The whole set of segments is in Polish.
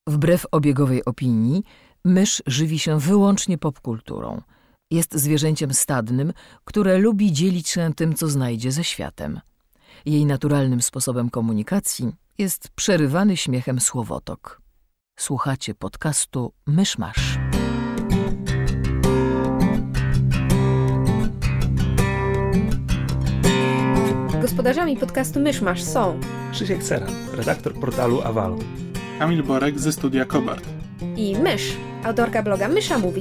Wbrew obiegowej opinii, mysz żywi się wyłącznie popkulturą. Jest zwierzęciem stadnym, które lubi dzielić się tym, co znajdzie ze światem. Jej naturalnym sposobem komunikacji jest przerywany śmiechem słowotok. Słuchacie podcastu Myszmasz. Gospodarzami podcastu Myszmasz są Krzysiek Ceran, redaktor portalu Avalon, Kamil Borek ze studia Kobart i Mysz, autorka bloga Mysza Mówi.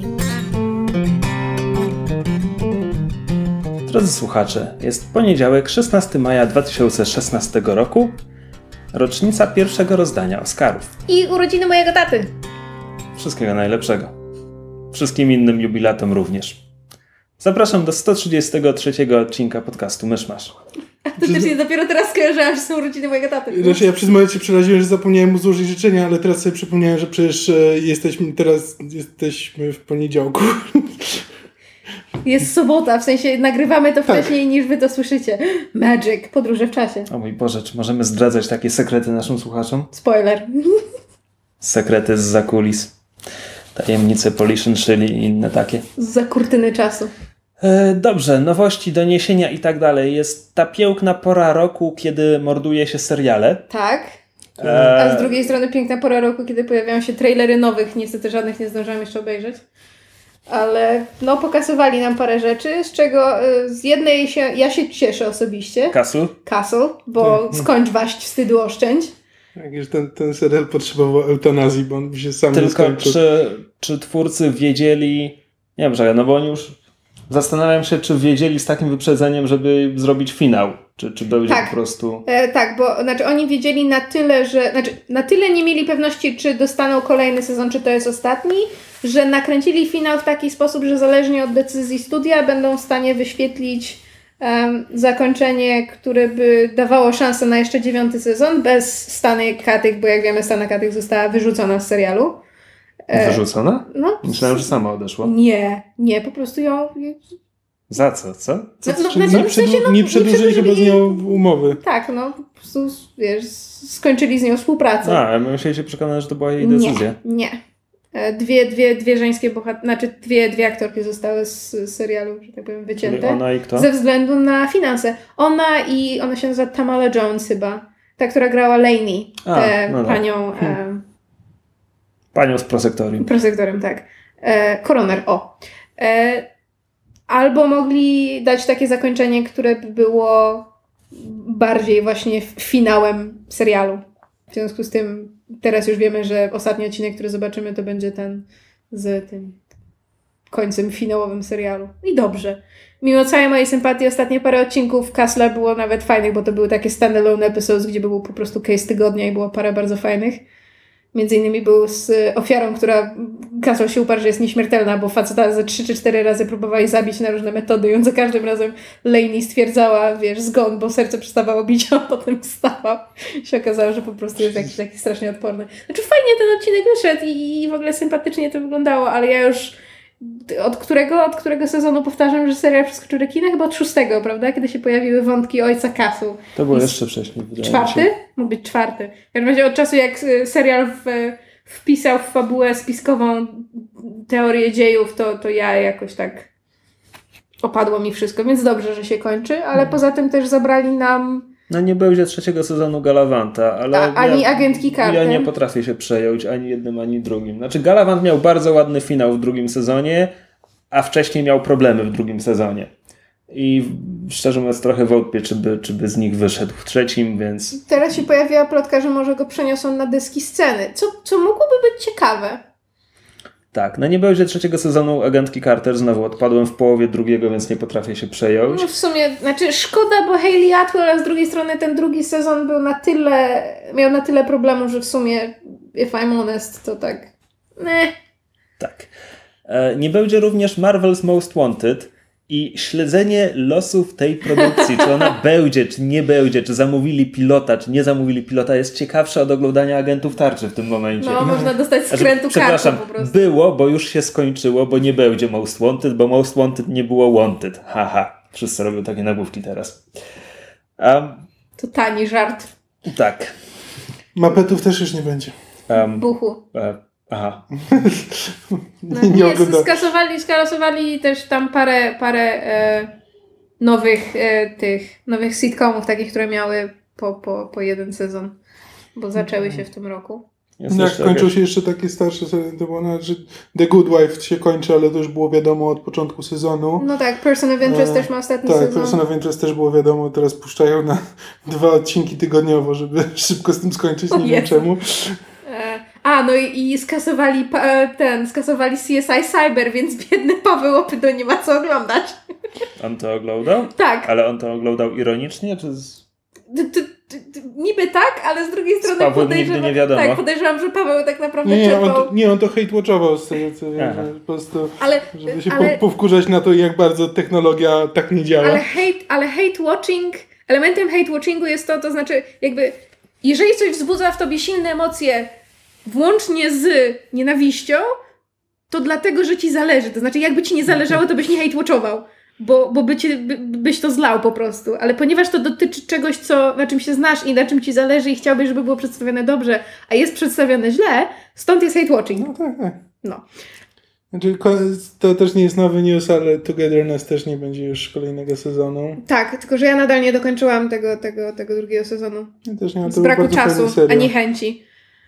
Drodzy słuchacze, jest poniedziałek, 16 maja 2016 roku, rocznica pierwszego rozdania Oscarów. I urodziny mojego taty. Wszystkiego najlepszego. Wszystkim innym jubilatom również. Zapraszam do 133 odcinka podcastu Myszmasz. To też dopiero teraz skojarzyłam, że są urodziny mojego taty. Znaczy, ja przez moment się przeraziłem, że zapomniałem mu złożyć życzenia, ale teraz sobie przypomniałem, że przecież jesteśmy w poniedziałku. Jest sobota, w sensie nagrywamy to wcześniej niż wy to słyszycie. Magic, podróże w czasie. O mój Boże, czy możemy zdradzać takie sekrety naszym słuchaczom? Spoiler. Sekrety zza kulis. Tajemnice Polish and Shilly i inne takie. Zza kurtyny czasu. Dobrze, nowości, doniesienia i tak dalej. Jest ta piękna pora roku, kiedy morduje się seriale. Tak. A z drugiej strony piękna pora roku, kiedy pojawiają się trailery nowych. Niestety żadnych nie zdążyłam jeszcze obejrzeć. Ale no pokasowali nam parę rzeczy, z czego z jednej ja się cieszę osobiście. Castle, bo skończ waść, wstydu oszczędź. Tak, że ten serial potrzebował eutanazji, bo on by się sam nie skończył. Tylko czy twórcy wiedzieli, nie wiem, no bo oni już zastanawiam się, czy wiedzieli z takim wyprzedzeniem, żeby zrobić finał, czy będzie po prostu... Tak, bo znaczy oni wiedzieli na tyle, że... Znaczy na tyle nie mieli pewności, czy dostaną kolejny sezon, czy to jest ostatni, że nakręcili finał w taki sposób, że zależnie od decyzji studia będą w stanie wyświetlić zakończenie, które by dawało szansę na jeszcze 9 sezon, bez Stany Katic, bo jak wiemy Stana Katic została wyrzucona z serialu. Wyrzucona? No. Myślałem, że sama odeszła. Nie, po prostu ją... Za co? Nie przedłużyli chyba z nią umowy. Tak, no po prostu, wiesz, skończyli z nią współpracę. A, my musieli się przekonać, że to była jej decyzja. Nie. Dwie żeńskie dwie aktorki zostały z serialu, że tak powiem, wycięte. Czyli ona i kto? Ze względu na finanse. Ona się nazywa Tamala Jones chyba. Ta, która grała Lainey. Panią... Panią z prosektorium. Prosektorem, tak. Koroner, albo mogli dać takie zakończenie, które by było bardziej właśnie finałem serialu. W związku z tym teraz już wiemy, że ostatni odcinek, który zobaczymy, to będzie ten z tym końcem finałowym serialu. I dobrze. Mimo całej mojej sympatii ostatnie parę odcinków Castle'a było nawet fajnych, bo to były takie standalone episodes, gdzie był po prostu case tygodnia i było parę bardzo fajnych. Między innymi był z ofiarą, która Castle się uparł, że jest nieśmiertelna, bo faceta ze 3 czy 4 razy próbowali zabić na różne metody i on za każdym razem Lainey stwierdzała, zgon, bo serce przestawało bić, a potem wstawał. I się okazało, że po prostu jest jakiś taki strasznie odporny. Znaczy fajnie ten odcinek wyszedł i w ogóle sympatycznie to wyglądało, ale ja już od którego sezonu powtarzam, że serial przeskoczył do kina? Chyba od 6, prawda? Kiedy się pojawiły wątki ojca Castle. To było jeszcze wcześniej. 4? Mógł być 4. W każdym razie od czasu jak serial wpisał w fabułę spiskową teorię dziejów, to ja jakoś tak opadło mi wszystko, więc dobrze, że się kończy, ale poza tym też zabrali nam... No nie będzie 3 sezonu Galavanta, ale ani agentki Carter. Ja nie potrafię się przejąć ani jednym, ani drugim. Znaczy Galavant miał bardzo ładny finał w drugim sezonie, a wcześniej miał problemy w drugim sezonie. I szczerze mówiąc trochę wątpię, czy by z nich wyszedł w trzecim, więc... Teraz się pojawiła plotka, że może go przeniosą na deski sceny, co mogłoby być ciekawe. Tak, no nie będzie 3 sezonu agentki Carter, znowu odpadłem w połowie drugiego, więc nie potrafię się przejąć. No w sumie, szkoda, bo Hayley Atwell, a z drugiej strony ten drugi sezon był miał na tyle problemów, że w sumie, if I'm honest, to tak... Tak. Nie będzie również Marvel's Most Wanted i śledzenie losów tej produkcji, czy ona będzie, czy nie będzie, czy zamówili pilota, czy nie zamówili pilota, jest ciekawsze od oglądania Agentów Tarczy w tym momencie. No, można dostać skrętu kartą po prostu. Było, bo już się skończyło, bo nie będzie Most Wanted, bo Most Wanted nie było Wanted. Haha, wszyscy robią takie nagłówki teraz. To tani żart. Tak. Mapetów też już nie będzie. Buchu. Aha. Skasowali też tam parę nowych sitcomów, takich, które miały po jeden sezon, bo zaczęły się w tym roku. Kończył się jeszcze takie starsze seriale, to było że The Good Wife się kończy, ale to już było wiadomo od początku sezonu. No tak, Person of Interest też ma ostatni sezon. Tak, Person of Interest też było wiadomo, teraz puszczają na 2 odcinki tygodniowo, żeby szybko z tym skończyć, nie wiem czemu. No i skasowali CSI Cyber, więc biedny Paweł Opydo nie ma co oglądać. On to oglądał? Tak. Ale on to oglądał ironicznie, czy Niby tak, ale z drugiej strony nigdy nie wiadomo. Tak, podejrzewam, że Paweł tak naprawdę czerpał... On to hate-watchował z tego, co wiem, że po prostu, żeby się powkurzać na to, jak bardzo technologia tak nie działa. Ale hate-watching, elementem hate-watchingu jest to znaczy jakby, jeżeli coś wzbudza w tobie silne emocje, włącznie z nienawiścią, to dlatego, że ci zależy. To znaczy, jakby ci nie zależało, to byś nie hate-watchował. Bo byś to zlał po prostu. Ale ponieważ to dotyczy czegoś, na czym się znasz i na czym ci zależy i chciałbyś, żeby było przedstawione dobrze, a jest przedstawione źle, stąd jest hate-watching. No tak. No. Znaczy, to też nie jest nowy news, ale Togetherness też nie będzie już kolejnego sezonu. Tak, tylko że ja nadal nie dokończyłam tego drugiego sezonu. Ja też nie mam. Z braku czasu, a nie chęci.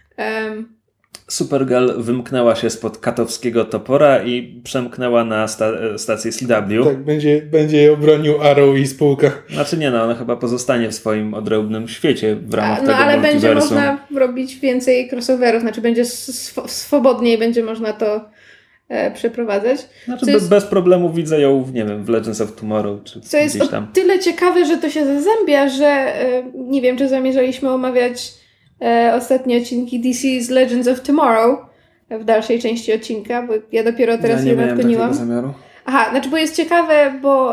Supergirl wymknęła się spod katowskiego topora i przemknęła na stację CW. Tak, będzie je obronił Arrow i spółka. Znaczy nie, ona chyba pozostanie w swoim odrębnym świecie w ramach tego ale multiversum. będzie można robić więcej crossoverów, znaczy będzie swobodniej będzie można to przeprowadzać. Znaczy bez problemu widzę ją, nie wiem, w Legends of Tomorrow czy co jest gdzieś tam. O tyle ciekawe, że to się zazębia, że nie wiem, czy zamierzaliśmy omawiać ostatnie odcinki DC's Legends of Tomorrow w dalszej części odcinka, bo ja dopiero teraz je nadgoniłam. Zamiaru. Aha, znaczy bo jest ciekawe, bo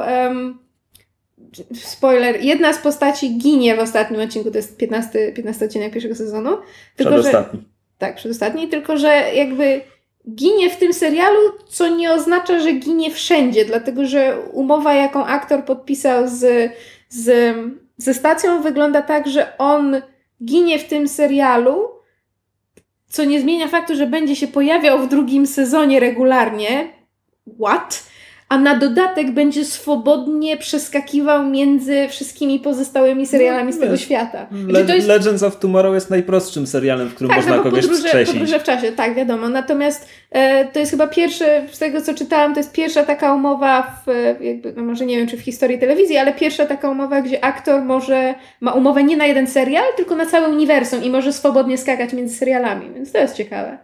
spoiler, jedna z postaci ginie w ostatnim odcinku, to jest 15 odcinek pierwszego sezonu. Przedostatni. Tak, przedostatni, tylko że jakby ginie w tym serialu, co nie oznacza, że ginie wszędzie, dlatego że umowa, jaką aktor podpisał ze stacją, wygląda tak, że on ginie w tym serialu, co nie zmienia faktu, że będzie się pojawiał w drugim sezonie regularnie. What? A na dodatek będzie swobodnie przeskakiwał między wszystkimi pozostałymi serialami z tego świata. Legends of Tomorrow jest najprostszym serialem, w którym można kogoś wskrzesić. Podróże w czasie, tak, wiadomo. Natomiast to jest chyba z tego co czytałam, to jest pierwsza taka umowa może nie wiem, czy w historii telewizji, ale pierwsza taka umowa, gdzie aktor ma umowę nie na jeden serial, tylko na całe uniwersum i może swobodnie skakać między serialami, więc to jest ciekawe.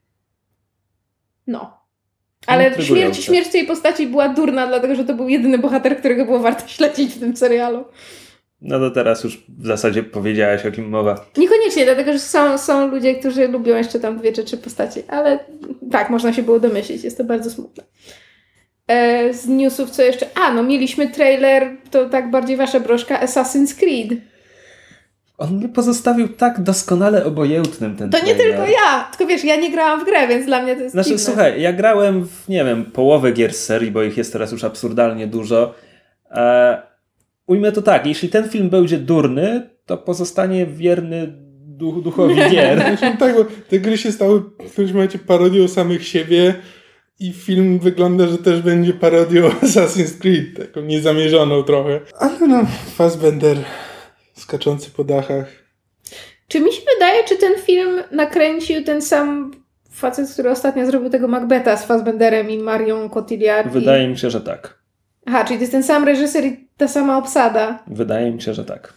No. Ale śmierć tej postaci była durna, dlatego że to był jedyny bohater, którego było warto śledzić w tym serialu. No to teraz już w zasadzie powiedziałaś, o kim mowa. Niekoniecznie, dlatego że są ludzie, którzy lubią jeszcze tam 2 czy 3 postaci, ale tak, można się było domyślić, jest to bardzo smutne. Z newsów co jeszcze? Mieliśmy trailer, to tak bardziej wasza broszka, Assassin's Creed. On mnie pozostawił tak doskonale obojętnym ten trailer. To nie tylko ja, tylko wiesz, ja nie grałam w grę, więc dla mnie to jest dziwne. Słuchaj, ja grałem w, nie wiem, połowę gier z serii, bo ich jest teraz już absurdalnie dużo. Ujmę to tak, jeśli ten film będzie durny, to pozostanie wierny duchowi gier. Tak, bo te gry się stały w którymś momencie parodią samych siebie i film wygląda, że też będzie parodią Assassin's Creed, taką niezamierzoną trochę. Ale Fassbender skaczący po dachach. Czy mi się wydaje, czy ten film nakręcił ten sam facet, który ostatnio zrobił tego Macbetha z Fassbenderem i Marią Cotillard? Wydaje mi się, że tak. Aha, czyli to jest ten sam reżyser i ta sama obsada. Wydaje mi się, że tak.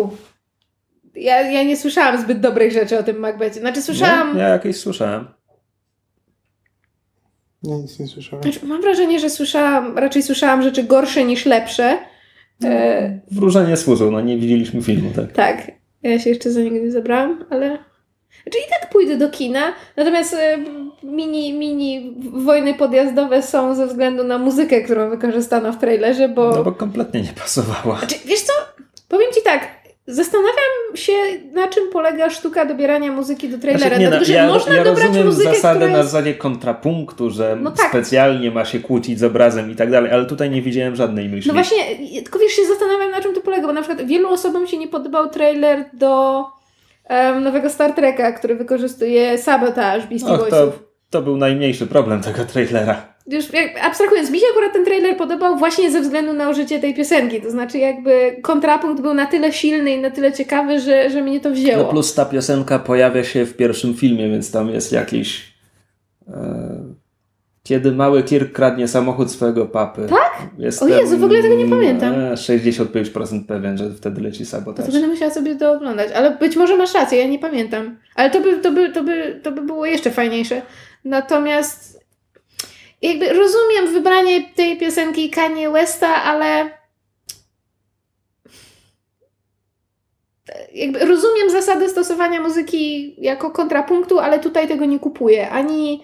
Ja nie słyszałam zbyt dobrych rzeczy o tym Macbethie. Znaczy słyszałam... No, ja jakieś słyszałem. Nie, nic nie słyszałem. Znaczy, mam wrażenie, że raczej słyszałam rzeczy gorsze niż lepsze. Wróżenie służą, nie widzieliśmy filmu, tak? Tak. Ja się jeszcze za niego nie zabrałam, ale... Znaczy i tak pójdę do kina, natomiast mini wojny podjazdowe są ze względu na muzykę, którą wykorzystano w trailerze, bo... No bo kompletnie nie pasowała. Znaczy, wiesz co? Powiem ci tak, zastanawiam się, na czym polega sztuka dobierania muzyki do trailera. Dlatego, że można dobrać muzykę, zasadę która jest... na zasadzie kontrapunktu, że tak. Specjalnie ma się kłócić z obrazem i tak dalej, ale tutaj nie widziałem żadnej myśli. No właśnie, tylko wiesz, się zastanawiam, na czym to polega, bo na przykład wielu osobom się nie podobał trailer do nowego Star Treka, który wykorzystuje sabotaż Beastie Boysów. To był najmniejszy problem tego trailera. Już abstrahując, mi się akurat ten trailer podobał właśnie ze względu na użycie tej piosenki. To znaczy jakby kontrapunkt był na tyle silny i na tyle ciekawy, że mnie to wzięło. No plus ta piosenka pojawia się w pierwszym filmie, więc tam jest jakiś... Kiedy mały Kirk kradnie samochód swojego papy. Tak? O Jezu, w ogóle tego nie pamiętam. 65% pewien, że wtedy leci sabotaż. To będę musiała sobie to oglądać. Ale być może masz rację, ja nie pamiętam. Ale to by było jeszcze fajniejsze. Natomiast jakby rozumiem wybranie tej piosenki Kanye Westa, ale jakby rozumiem zasady stosowania muzyki jako kontrapunktu, ale tutaj tego nie kupuję. Ani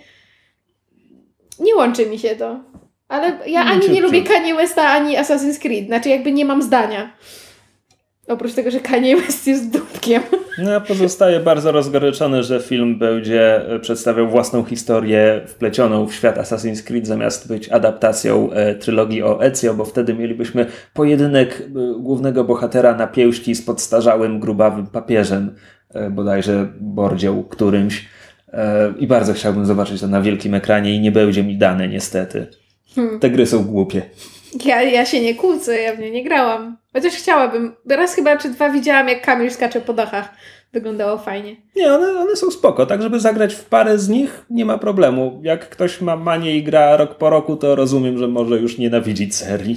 nie łączy mi się to. Ale ja ani nie lubię Kanye Westa, ani Assassin's Creed. Znaczy jakby nie mam zdania. Oprócz tego, że Kanye West jest dupkiem. No, ja pozostaję bardzo rozgoryczony, że film będzie przedstawiał własną historię wplecioną w świat Assassin's Creed, zamiast być adaptacją trylogii o Ezio, bo wtedy mielibyśmy pojedynek głównego bohatera na pięści z podstarzałym, grubawym papieżem, bodajże Bordzią którymś. I bardzo chciałbym zobaczyć to na wielkim ekranie i nie będzie mi dane niestety. Te gry są głupie. Ja się nie kłócę, ja w nie nie grałam. Chociaż chciałabym. Raz chyba czy dwa widziałam, jak Kamil skacze po dachach. Wyglądało fajnie. Nie, one są spoko. Tak, żeby zagrać w parę z nich, nie ma problemu. Jak ktoś ma manię i gra rok po roku, to rozumiem, że może już nienawidzić serii.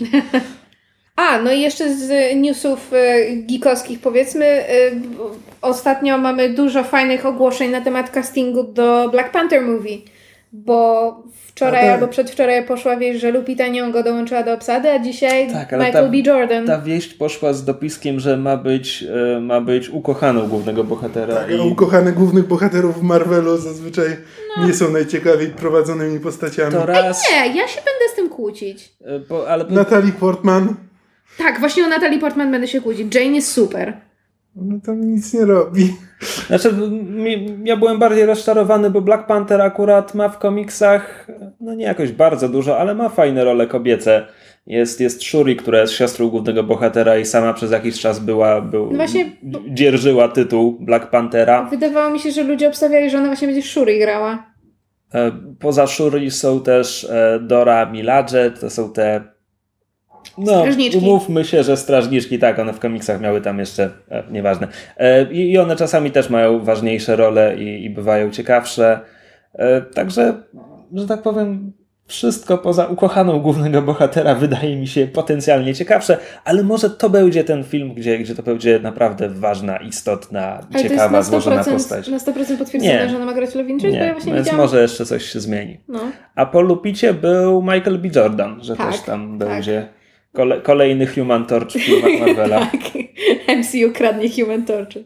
No i jeszcze z newsów geekowskich powiedzmy. Ostatnio mamy dużo fajnych ogłoszeń na temat castingu do Black Panther Movie. Bo wczoraj albo przedwczoraj poszła wieść, że Lupita Nyong'o dołączyła do obsady, a dzisiaj Michael B. Jordan. Ta wieść poszła z dopiskiem, że ma być ukochaną głównego bohatera. Tak, a ukochane głównych bohaterów w Marvelu zazwyczaj nie są najciekawiej prowadzonymi postaciami. Nie, ja się będę z tym kłócić. Natalie Portman. Tak, właśnie o Natalie Portman będę się kłócić. Jane jest super. No tam nic nie robi. Znaczy, ja byłem bardziej rozczarowany, bo Black Panther akurat ma w komiksach, no nie jakoś bardzo dużo, ale ma fajne role kobiece. Jest Shuri, która jest siostrą głównego bohatera i sama przez jakiś czas dzierżyła tytuł Black Panthera. Wydawało mi się, że ludzie obstawiali, że ona właśnie będzie Shuri grała. Poza Shuri są też Dora Milaje, to są te umówmy się, że strażniczki, tak, one w komiksach miały tam jeszcze, nieważne. I one czasami też mają ważniejsze role i bywają ciekawsze. Także, że tak powiem, wszystko poza ukochaną głównego bohatera wydaje mi się potencjalnie ciekawsze, ale może to będzie ten film, gdzie to będzie naprawdę ważna, istotna, ciekawa, złożona postać. Na 100% potwierdzone, że ona ma grać Love Interest, bo ja właśnie więc widziałam. może jeszcze coś się zmieni. A po Lupicie był Michael B. Jordan, że też tam będzie... Kolejny Human Torch w filmach Marvela. Tak, MCU kradnie Human Torchy.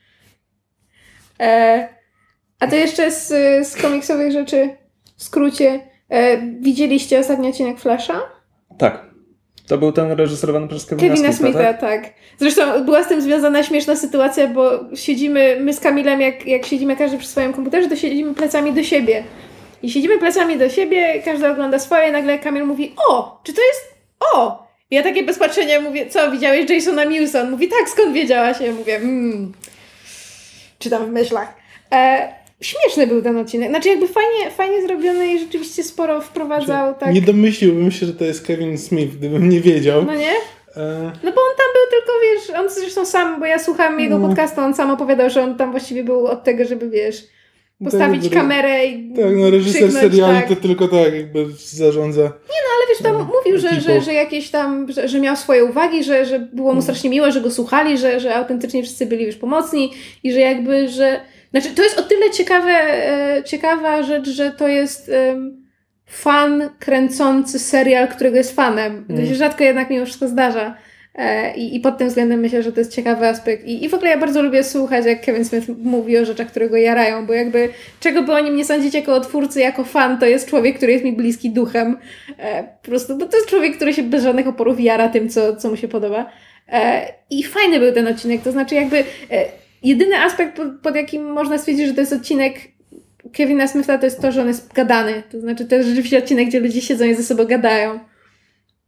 A to jeszcze z komiksowych rzeczy, w skrócie, widzieliście ostatni odcinek Flasha? Tak. To był ten reżyserowany przez Kevina Smitha, tak. Zresztą była z tym związana śmieszna sytuacja, bo siedzimy, my z Kamilem, jak siedzimy każdy przy swoim komputerze, to siedzimy plecami do siebie. I siedzimy plecami do siebie, każdy ogląda swoje, nagle Kamil mówi, czy to jest... Ja takie bez patrzenia mówię, co, widziałeś Jasona Millsa? On mówi, tak, skąd wiedziałaś? Ja mówię, czytam w myślach. Śmieszny był ten odcinek. Znaczy jakby fajnie zrobiony i rzeczywiście sporo wprowadzał. Tak. Nie domyśliłbym się, że to jest Kevin Smith, gdybym nie wiedział. No nie? No bo on tam był tylko, wiesz, on zresztą sam, bo ja słuchałem jego podcastu, on sam opowiadał, że on tam właściwie był od tego, żeby, wiesz, postawić kamerę i reżyser seriali to tylko tak jakby zarządza. Nie ale wiesz, tam mówił, że jakieś tam, że miał swoje uwagi, że było mu strasznie miłe, że go słuchali, że autentycznie wszyscy byli, wiesz, pomocni i że jakby, znaczy to jest o tyle ciekawa rzecz, że to jest fan kręcący serial, którego jest fanem. To się rzadko jednak mimo wszystko zdarza. I pod tym względem myślę, że to jest ciekawy aspekt. I w ogóle ja bardzo lubię słuchać, jak Kevin Smith mówi o rzeczach, które go jarają, bo jakby czego by o nim nie sądzić jako o twórcy, jako fan, to jest człowiek, który jest mi bliski duchem. Po prostu, bo to jest człowiek, który się bez żadnych oporów jara tym, co mu się podoba. I fajny był ten odcinek, to znaczy jakby jedyny aspekt, pod jakim można stwierdzić, że to jest odcinek Kevina Smitha, to jest to, że on jest gadany. To znaczy to jest rzeczywiście odcinek, gdzie ludzie siedzą i ze sobą gadają.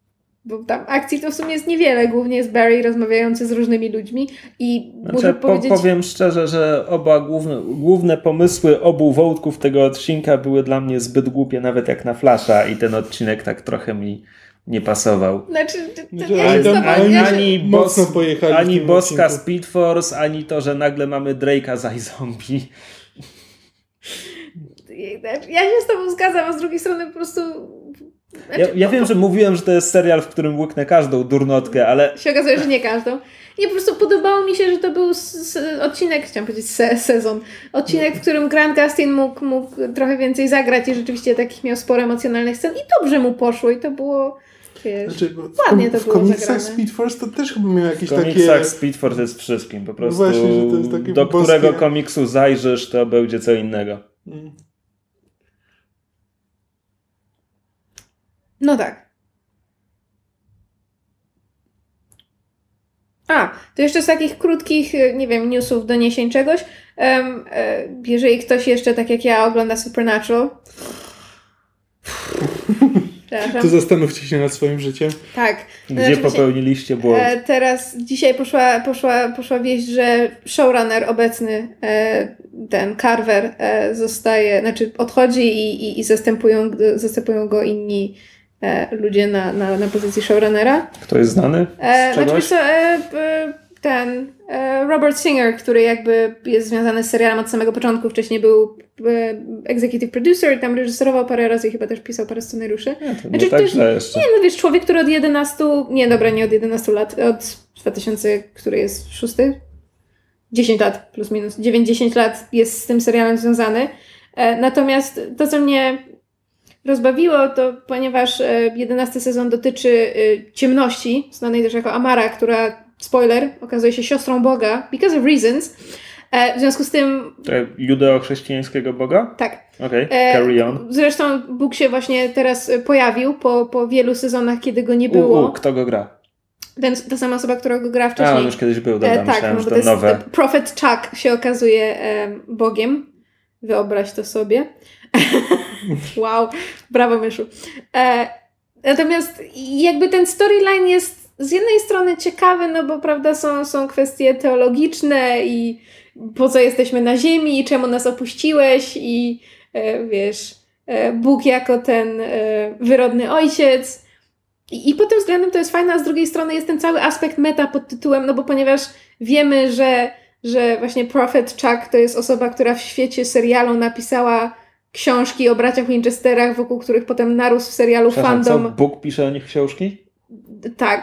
Bo tam akcji to w sumie jest niewiele, głównie jest Barry rozmawiający z różnymi ludźmi i muszę powiedzieć... Powiem szczerze, że oba główne pomysły obu wątków tego odcinka były dla mnie zbyt głupie, nawet jak na Flasha i ten odcinek tak trochę mi nie pasował. Znaczy, ja ani boska Speed Force, ani to, że nagle mamy Drake'a za zombie. Ja się z tobą zgadzam, a z drugiej strony po prostu... Ja wiem, że mówiłem, że to jest serial, w którym łyknę każdą durnotkę, ale... się okazuje, że nie każdą. I po prostu podobało mi się, że to był odcinek, chciałam powiedzieć sezon, odcinek, w którym Grant Gustin mógł trochę więcej zagrać i rzeczywiście takich miał sporo emocjonalnych scen i dobrze mu poszło i to było... ładnie to było w komiksach zagrane. Speed Force to też chyba miał jakieś takie... W komiksach Speed Force jest wszystkim. Po prostu właśnie, że to jest takie do boskie. którego komiksu zajrzysz, to będzie co innego. No tak. To jeszcze z takich krótkich, nie wiem, newsów, doniesień czegoś. Jeżeli ktoś jeszcze, tak jak ja, ogląda Supernatural... To zastanówcie się nad swoim życiem. Tak. Gdzie popełniliście błąd? Dzisiaj poszła wieść, że showrunner obecny, ten Carver, odchodzi i zastępują go inni ludzie na pozycji showrunnera. Kto jest znany z czegoś? Robert Singer, który jakby jest związany z serialem od samego początku. Wcześniej był executive producer i tam reżyserował parę razy i chyba też pisał parę scenariuszy. Nie tak źle jeszcze. Nie, no wiesz, człowiek, który od 11... Nie od 11 lat. Od 2000, który jest 6? 10 lat plus minus. 9-10 lat jest z tym serialem związany. Natomiast to, co mnie rozbawiło, to ponieważ 11 sezon dotyczy ciemności, znanej też jako Amara, która, spoiler, okazuje się siostrą Boga, because of reasons. W związku z tym... Judeo-chrześcijańskiego Boga? Tak. Okej, carry on. Zresztą Bóg się właśnie teraz pojawił po wielu sezonach, kiedy go nie było. Kto go gra? Ta sama osoba, która go gra wcześniej. On już kiedyś był, dobra, tak, myślałem, no, że to to nowe. Prophet Chuck się okazuje Bogiem. Wyobraź to sobie. Wow, brawo myszu. Natomiast jakby ten storyline jest z jednej strony ciekawy, no bo prawda są kwestie teologiczne i po co jesteśmy na ziemi i czemu nas opuściłeś i wiesz, Bóg jako ten wyrodny ojciec. I pod tym względem to jest fajne, a z drugiej strony jest ten cały aspekt meta pod tytułem, no bo ponieważ wiemy, że właśnie Prophet Chuck to jest osoba, która w świecie serialu napisała książki o braciach Winchesterach, wokół których potem narósł w serialu fandom. Co, Bóg pisze o nich książki? Tak.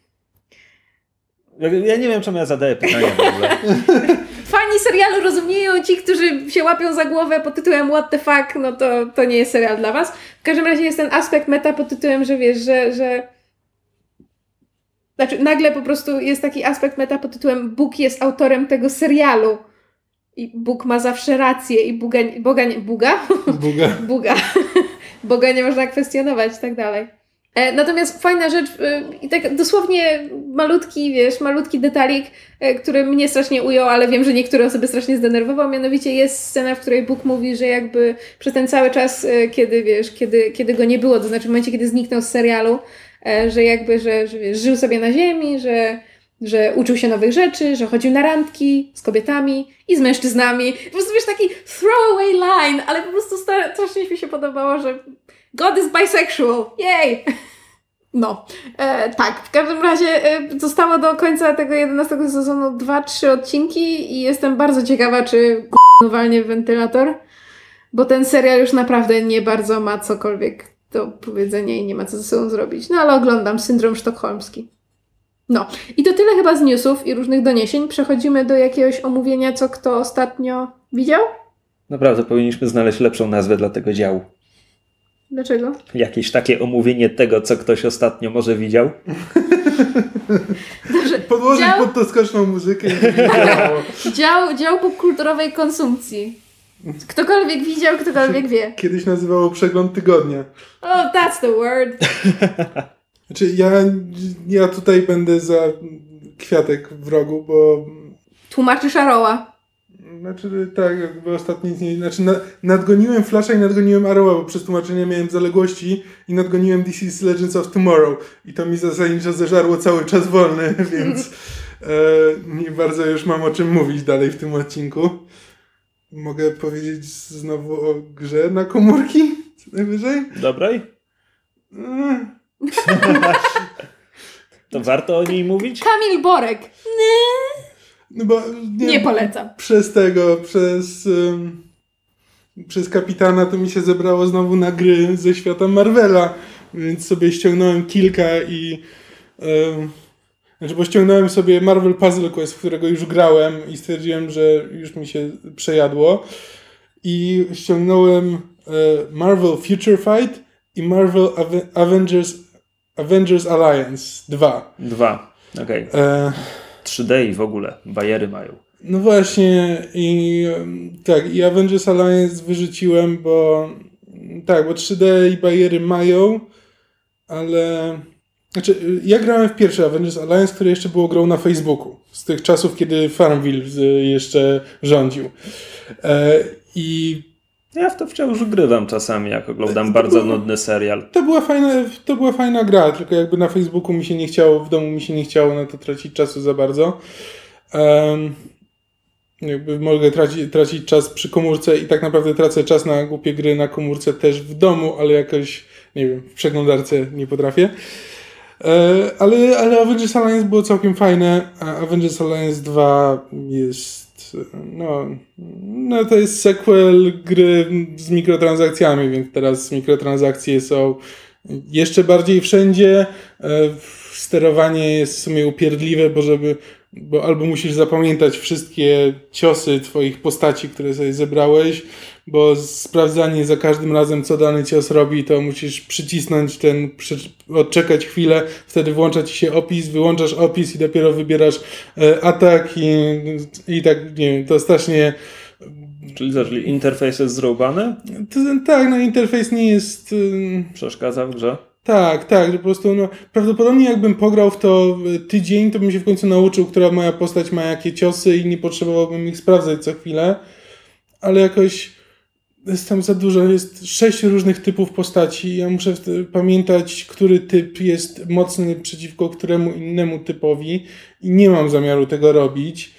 Ja nie wiem, czemu ja zadaję pytanie w ogóle. Fani serialu rozumieją, ci, którzy się łapią za głowę pod tytułem what the fuck, no to nie jest serial dla was. W każdym razie jest ten aspekt meta pod tytułem, że wiesz, że znaczy nagle po prostu jest taki aspekt meta pod tytułem Bóg jest autorem tego serialu i Bóg ma zawsze rację i Boga nie można kwestionować i tak dalej. Natomiast fajna rzecz i tak dosłownie malutki detalik, który mnie strasznie ujął, ale wiem, że niektóre osoby strasznie zdenerwował, mianowicie jest scena, w której Bóg mówi, że jakby przez ten cały czas, kiedy go nie było, to znaczy w momencie, kiedy zniknął z serialu, że jakby, że wiesz, żył sobie na ziemi, że uczył się nowych rzeczy, że chodził na randki z kobietami i z mężczyznami. Po prostu wiesz, taki throwaway line, ale po prostu strasznie mi się podobało, że God is bisexual. Yay! No, tak. W każdym razie zostało do końca tego 11 sezonu 2-3 odcinki i jestem bardzo ciekawa, czy walnie wentylator, bo ten serial już naprawdę nie bardzo ma cokolwiek do powiedzenia i nie ma co ze sobą zrobić. No ale oglądam Syndrom sztokholmski. No i to tyle chyba z newsów i różnych doniesień. Przechodzimy do jakiegoś omówienia, co kto ostatnio widział? Naprawdę, powinniśmy znaleźć lepszą nazwę dla tego działu. Dlaczego? Jakieś takie omówienie tego, co ktoś ostatnio może widział. Dobrze. Podłożyć pod to skoczną muzykę. Dział popkulturowej konsumpcji. Ktokolwiek widział, ktokolwiek wie. Kiedyś nazywało Przegląd Tygodnia. Oh, that's the word. Znaczy ja tutaj będę za kwiatek w rogu, bo... Tłumaczy Szaroła. Znaczy tak, jakby ostatnio nic nie... Znaczy nadgoniłem Flasha i nadgoniłem Arrowa, bo przez tłumaczenie miałem zaległości i nadgoniłem DC's Legends of Tomorrow i to mi zasadniczo zeżarło cały czas wolny, więc nie bardzo już mam o czym mówić dalej w tym odcinku. Mogę powiedzieć znowu o grze na komórki? Co najwyżej? Dobrej? To warto o niej mówić? Kamil Borek. No bo Nie polecam. Przez kapitana to mi się zebrało znowu na gry ze świata Marvela, więc sobie ściągnąłem kilka i bo ściągnąłem sobie Marvel Puzzle Quest, w którego już grałem i stwierdziłem, że już mi się przejadło i ściągnąłem Marvel Future Fight i Marvel Avengers Alliance 2. 2, okej. 3D i w ogóle, bajery mają. No właśnie i tak, i Avengers Alliance wyrzuciłem, bo 3D i bariery mają, ale znaczy ja grałem w pierwszy Avengers Alliance, który jeszcze było grą na Facebooku, z tych czasów, kiedy Farmville jeszcze rządził. I ja w to wciąż grywam czasami, jak oglądam bardzo nudny serial. To była fajna gra, tylko jakby na Facebooku mi się nie chciało, w domu mi się nie chciało na to tracić czasu za bardzo. Jakby mogę tracić czas przy komórce i tak naprawdę tracę czas na głupie gry na komórce też w domu, ale jakoś, nie wiem, w przeglądarce nie potrafię. Ale Avengers Alliance było całkiem fajne, a Avengers Alliance 2 jest no to jest sequel gry z mikrotransakcjami, więc teraz mikrotransakcje są jeszcze bardziej wszędzie. Sterowanie jest w sumie upierdliwe, bo albo musisz zapamiętać wszystkie ciosy twoich postaci, które sobie zebrałeś, bo sprawdzanie za każdym razem, co dany cios robi, to musisz przycisnąć odczekać chwilę, wtedy włącza ci się opis, wyłączasz opis i dopiero wybierasz atak i tak, nie wiem, to strasznie... Czyli interfejs jest zrobiony? Tak, no interfejs nie jest... Przeszkadza w grze? Tak, że po prostu prawdopodobnie jakbym pograł w to tydzień, to bym się w końcu nauczył, która moja postać ma jakie ciosy i nie potrzebowałbym ich sprawdzać co chwilę, ale jakoś jest tam za dużo, jest 6 różnych typów postaci, ja muszę pamiętać, który typ jest mocny przeciwko któremu innemu typowi i nie mam zamiaru tego robić.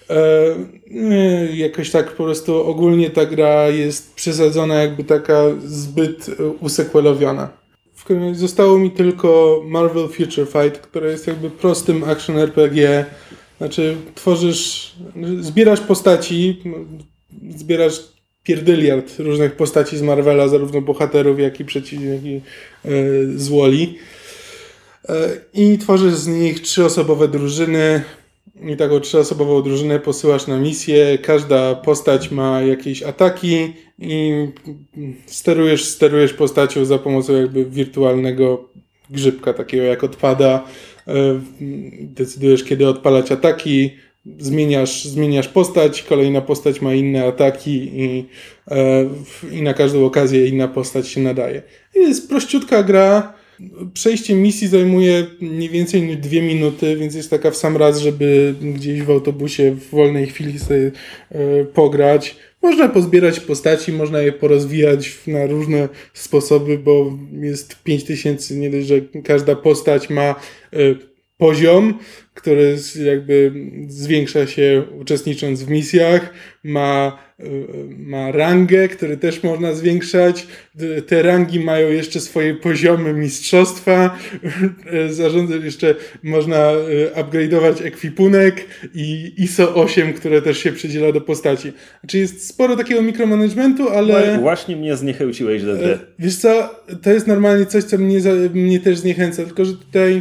Jakoś tak po prostu ogólnie ta gra jest przesadzona, jakby taka zbyt usekwelowiona. Zostało mi tylko Marvel Future Fight, które jest jakby prostym action RPG. Znaczy zbierasz postaci, zbierasz pierdyliard różnych postaci z Marvela, zarówno bohaterów, jak i złoli. I tworzysz z nich 3-osobowe drużyny. I taką 3-osobową drużynę posyłasz na misję. Każda postać ma jakieś ataki i sterujesz postacią za pomocą jakby wirtualnego grzybka, takiego jak odpada. Decydujesz, kiedy odpalać ataki, zmieniasz postać, kolejna postać ma inne ataki i na każdą okazję inna postać się nadaje. I jest prościutka gra. Przejście misji zajmuje nie więcej niż 2 minuty, więc jest taka w sam raz, żeby gdzieś w autobusie w wolnej chwili sobie pograć. Można pozbierać postaci, można je porozwijać na różne sposoby, bo jest 5000, nie dość, że każda postać ma poziom, który jakby zwiększa się uczestnicząc w misjach, ma rangę, który też można zwiększać. Te rangi mają jeszcze swoje poziomy mistrzostwa. Jeszcze można upgrade'ować ekwipunek i ISO 8, które też się przydziela do postaci. Znaczy jest sporo takiego mikromanagementu, ale... Właśnie mnie zniechęciłeś do gry. Wiesz co, to jest normalnie coś, co mnie też zniechęca, tylko że tutaj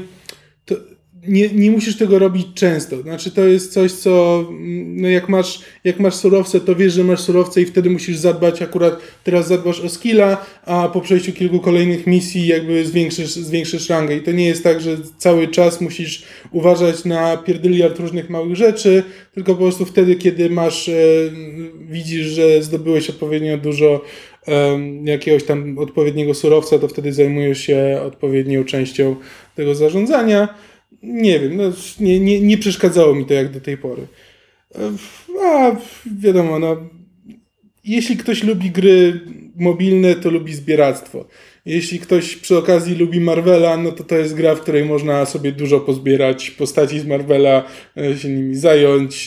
nie musisz tego robić często. Znaczy to jest coś, co jak masz surowce, to wiesz, że masz surowce i wtedy musisz zadbać, akurat teraz zadbasz o skilla, a po przejściu kilku kolejnych misji jakby zwiększysz rangę. I to nie jest tak, że cały czas musisz uważać na pierdyliard różnych małych rzeczy, tylko po prostu wtedy, kiedy widzisz, że zdobyłeś odpowiednio dużo jakiegoś tam odpowiedniego surowca, to wtedy zajmujesz się odpowiednią częścią tego zarządzania. Nie wiem, nie przeszkadzało mi to jak do tej pory. A wiadomo, no, jeśli ktoś lubi gry mobilne, to lubi zbieractwo. Jeśli ktoś przy okazji lubi Marvela, no to jest gra, w której można sobie dużo pozbierać postaci z Marvela, się nimi zająć,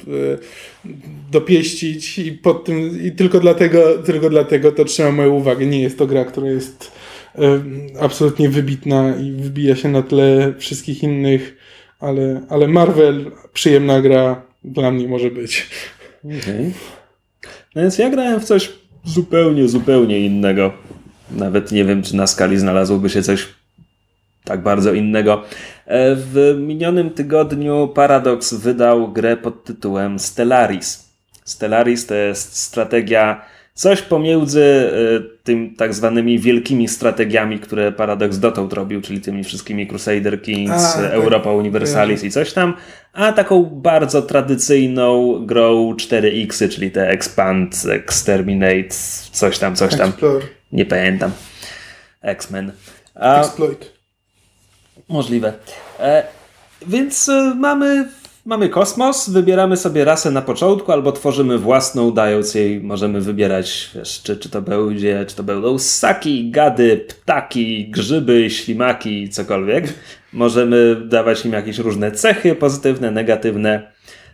dopieścić i tylko dlatego to trzyma moją uwagę. Nie jest to gra, która jest absolutnie wybitna i wybija się na tle wszystkich innych, ale Marvel, przyjemna gra dla mnie może być. Okay. No więc ja grałem w coś zupełnie innego. Nawet nie wiem, czy na skali znalazłoby się coś tak bardzo innego. W minionym tygodniu Paradox wydał grę pod tytułem Stellaris. Stellaris to jest strategia, coś pomiędzy tym tak zwanymi wielkimi strategiami, które Paradox dotąd robił, czyli tymi wszystkimi Crusader Kings, Europa Universalis i coś tam, a taką bardzo tradycyjną grą 4X, czyli te Expand, Exterminate, coś tam. Explore. Nie pamiętam. X-Men. Exploit. Możliwe. Więc mamy kosmos, wybieramy sobie rasę na początku, albo tworzymy własną, dając jej, możemy wybierać, wiesz, czy to będzie, czy to będą ssaki, gady, ptaki, grzyby, ślimaki, cokolwiek. Możemy dawać im jakieś różne cechy, pozytywne, negatywne.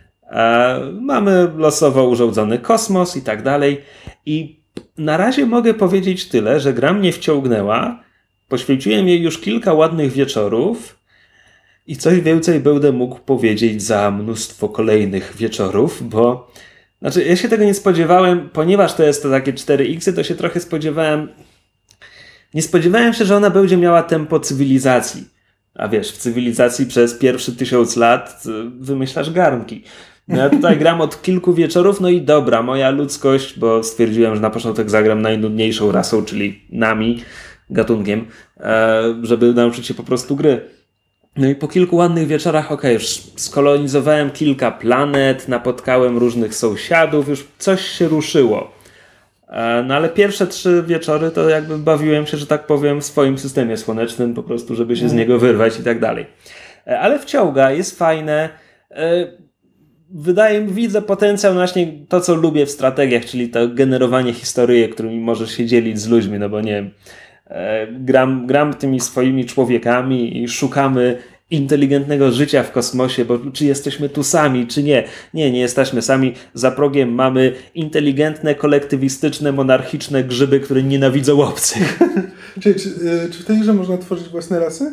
Mamy losowo urządzony kosmos i tak dalej. I na razie mogę powiedzieć tyle, że gra mnie wciągnęła. Poświęciłem jej już kilka ładnych wieczorów i coś więcej będę mógł powiedzieć za mnóstwo kolejnych wieczorów, bo znaczy ja się tego nie spodziewałem, ponieważ to jest to takie 4X, to się trochę spodziewałem. Nie spodziewałem się, że ona będzie miała tempo cywilizacji. A wiesz, w cywilizacji przez pierwszy 1000 lat wymyślasz garnki. No ja tutaj gram od kilku wieczorów, no i dobra, moja ludzkość, bo stwierdziłem, że na początek zagram najnudniejszą rasą, czyli nami, gatunkiem, żeby nauczyć się po prostu gry. No i po kilku ładnych wieczorach, już skolonizowałem kilka planet, napotkałem różnych sąsiadów, już coś się ruszyło. No ale pierwsze 3 wieczory to jakby bawiłem się, że tak powiem, w swoim systemie słonecznym, po prostu, żeby się z niego wyrwać i tak dalej. Ale wciąga, jest fajne. Widzę potencjał na właśnie to, co lubię w strategiach, czyli to generowanie historyjek, którymi możesz się dzielić z ludźmi, no bo nie wiem, gram tymi swoimi człowiekami i szukamy inteligentnego życia w kosmosie, bo czy jesteśmy tu sami, czy nie. Nie jesteśmy sami. Za progiem mamy inteligentne, kolektywistyczne, monarchiczne grzyby, które nienawidzą obcych. Czy w tej grze można tworzyć własne rasy?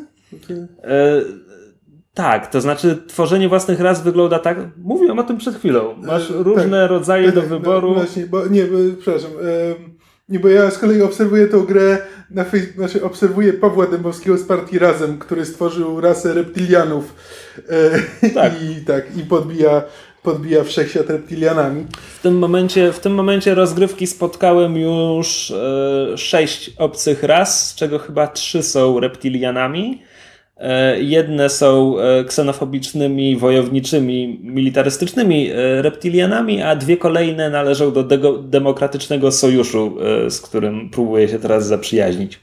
Tak, to znaczy tworzenie własnych ras wygląda tak, mówiłem o tym przed chwilą, masz różne rodzaje do wyboru. Właśnie, przepraszam, bo ja z kolei obserwuję tę grę, obserwuję Pawła Dębowskiego z partii Razem, który stworzył rasę reptilianów i podbija wszechświat reptilianami. W tym momencie rozgrywki spotkałem już 6 obcych ras, z czego chyba 3 są reptilianami. Jedne są ksenofobicznymi, wojowniczymi, militarystycznymi reptilianami, a 2 kolejne należą do Demokratycznego Sojuszu, z którym próbuję się teraz zaprzyjaźnić.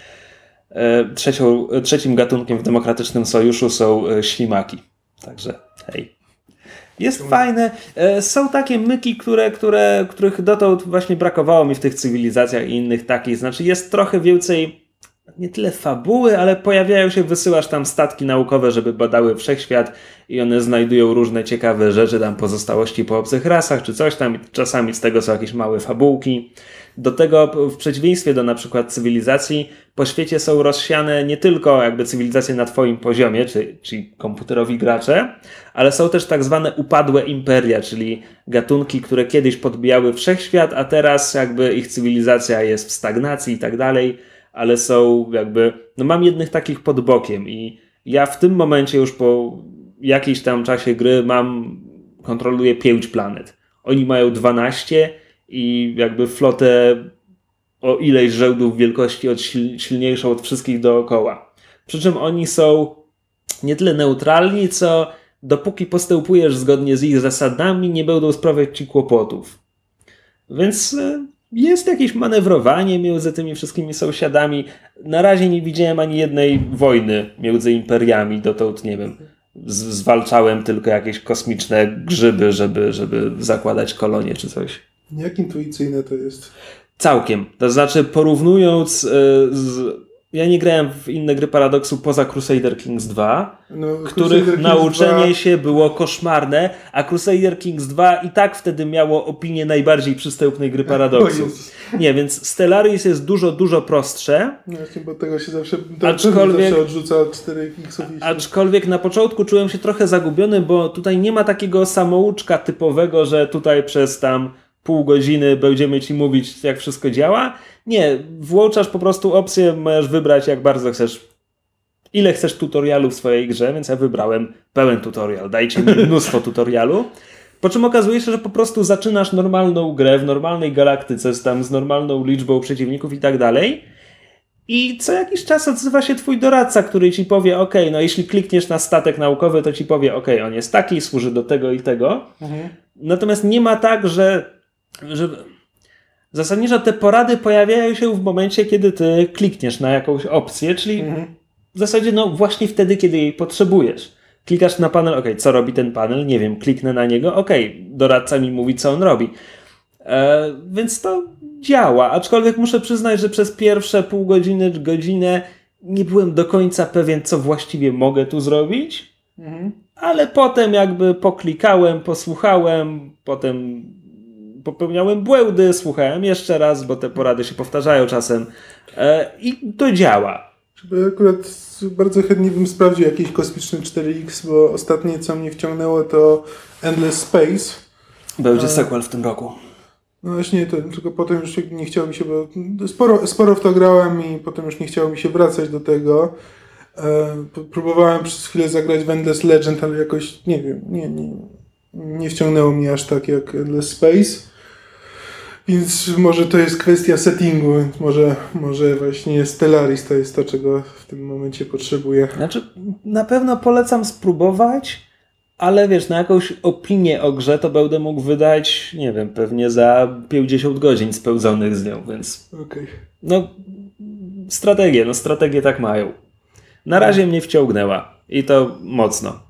Trzecim gatunkiem w Demokratycznym Sojuszu są ślimaki. Także hej. Jest fajne. Są takie myki, których dotąd właśnie brakowało mi w tych cywilizacjach i innych takich. Znaczy jest trochę więcej nie tyle fabuły, ale pojawiają się, wysyłasz tam statki naukowe, żeby badały wszechświat i one znajdują różne ciekawe rzeczy, tam pozostałości po obcych rasach czy coś tam i czasami z tego są jakieś małe fabułki. Do tego w przeciwieństwie do na przykład cywilizacji po świecie są rozsiane nie tylko jakby cywilizacje na twoim poziomie, czyli komputerowi gracze, ale są też tak zwane upadłe imperia, czyli gatunki, które kiedyś podbijały wszechświat, a teraz jakby ich cywilizacja jest w stagnacji i tak dalej. Ale są jakby, mam jednych takich pod bokiem i ja w tym momencie już po jakiejś tam czasie gry kontroluję 5 planet. Oni mają 12 i jakby flotę o ileś rzędów wielkości silniejszą od wszystkich dookoła. Przy czym oni są nie tyle neutralni, co dopóki postępujesz zgodnie z ich zasadami, nie będą sprawiać ci kłopotów. Więc jest jakieś manewrowanie między tymi wszystkimi sąsiadami. Na razie nie widziałem ani jednej wojny między imperiami dotąd, nie wiem. zwalczałem tylko jakieś kosmiczne grzyby, żeby zakładać kolonie czy coś. Jak intuicyjne to jest? Całkiem. To znaczy porównując ja nie grałem w inne gry Paradoksu poza Crusader Kings 2, których Crusader nauczenie Kings 2... się było koszmarne, a Crusader Kings 2 i tak wtedy miało opinię najbardziej przystępnej gry Paradoksu. Nie, więc Stellaris jest dużo prostsze. Właśnie, bo tego się zawsze odrzuca od 4X. Aczkolwiek na początku czułem się trochę zagubiony, bo tutaj nie ma takiego samouczka typowego, że tutaj przez tam pół godziny będziemy ci mówić, jak wszystko działa. Nie, włączasz po prostu opcję, możesz wybrać jak bardzo chcesz, ile chcesz tutorialu w swojej grze, więc ja wybrałem pełen tutorial. Dajcie mi mnóstwo tutorialu. Po czym okazuje się, że po prostu zaczynasz normalną grę w normalnej galaktyce z normalną liczbą przeciwników i tak dalej. I co jakiś czas odzywa się twój doradca, który ci powie, no jeśli klikniesz na statek naukowy, to ci powie, on jest taki, służy do tego i tego. Natomiast nie ma tak, że zasadniczo te porady pojawiają się w momencie, kiedy ty klikniesz na jakąś opcję, czyli w zasadzie właśnie wtedy, kiedy jej potrzebujesz. Klikasz na panel, co robi ten panel? Nie wiem, kliknę na niego, doradca mi mówi, co on robi. Więc to działa, aczkolwiek muszę przyznać, że przez pierwsze pół godziny, godzinę nie byłem do końca pewien, co właściwie mogę tu zrobić, ale potem jakby poklikałem, posłuchałem, potem popełniałem błędy, słuchałem jeszcze raz, bo te porady się powtarzają czasem i to działa. Akurat bardzo chętnie bym sprawdził jakieś kosmiczne 4X, bo ostatnie co mnie wciągnęło to Endless Space. Będzie sequel w tym roku. No właśnie, tylko potem już nie chciało mi się, bo sporo w to grałem i potem już nie chciało mi się wracać do tego. Próbowałem przez chwilę zagrać w Endless Legend, ale jakoś, nie wiem, nie wciągnęło mnie aż tak jak Endless Space. Więc może to jest kwestia settingu, więc może właśnie Stellaris to jest to, czego w tym momencie potrzebuję. Znaczy, na pewno polecam spróbować, ale wiesz, na jakąś opinię o grze to będę mógł wydać, nie wiem, pewnie za 50 godzin spełzonych z nią, więc... Okej. Strategie tak mają. Na razie mnie wciągnęła i to mocno.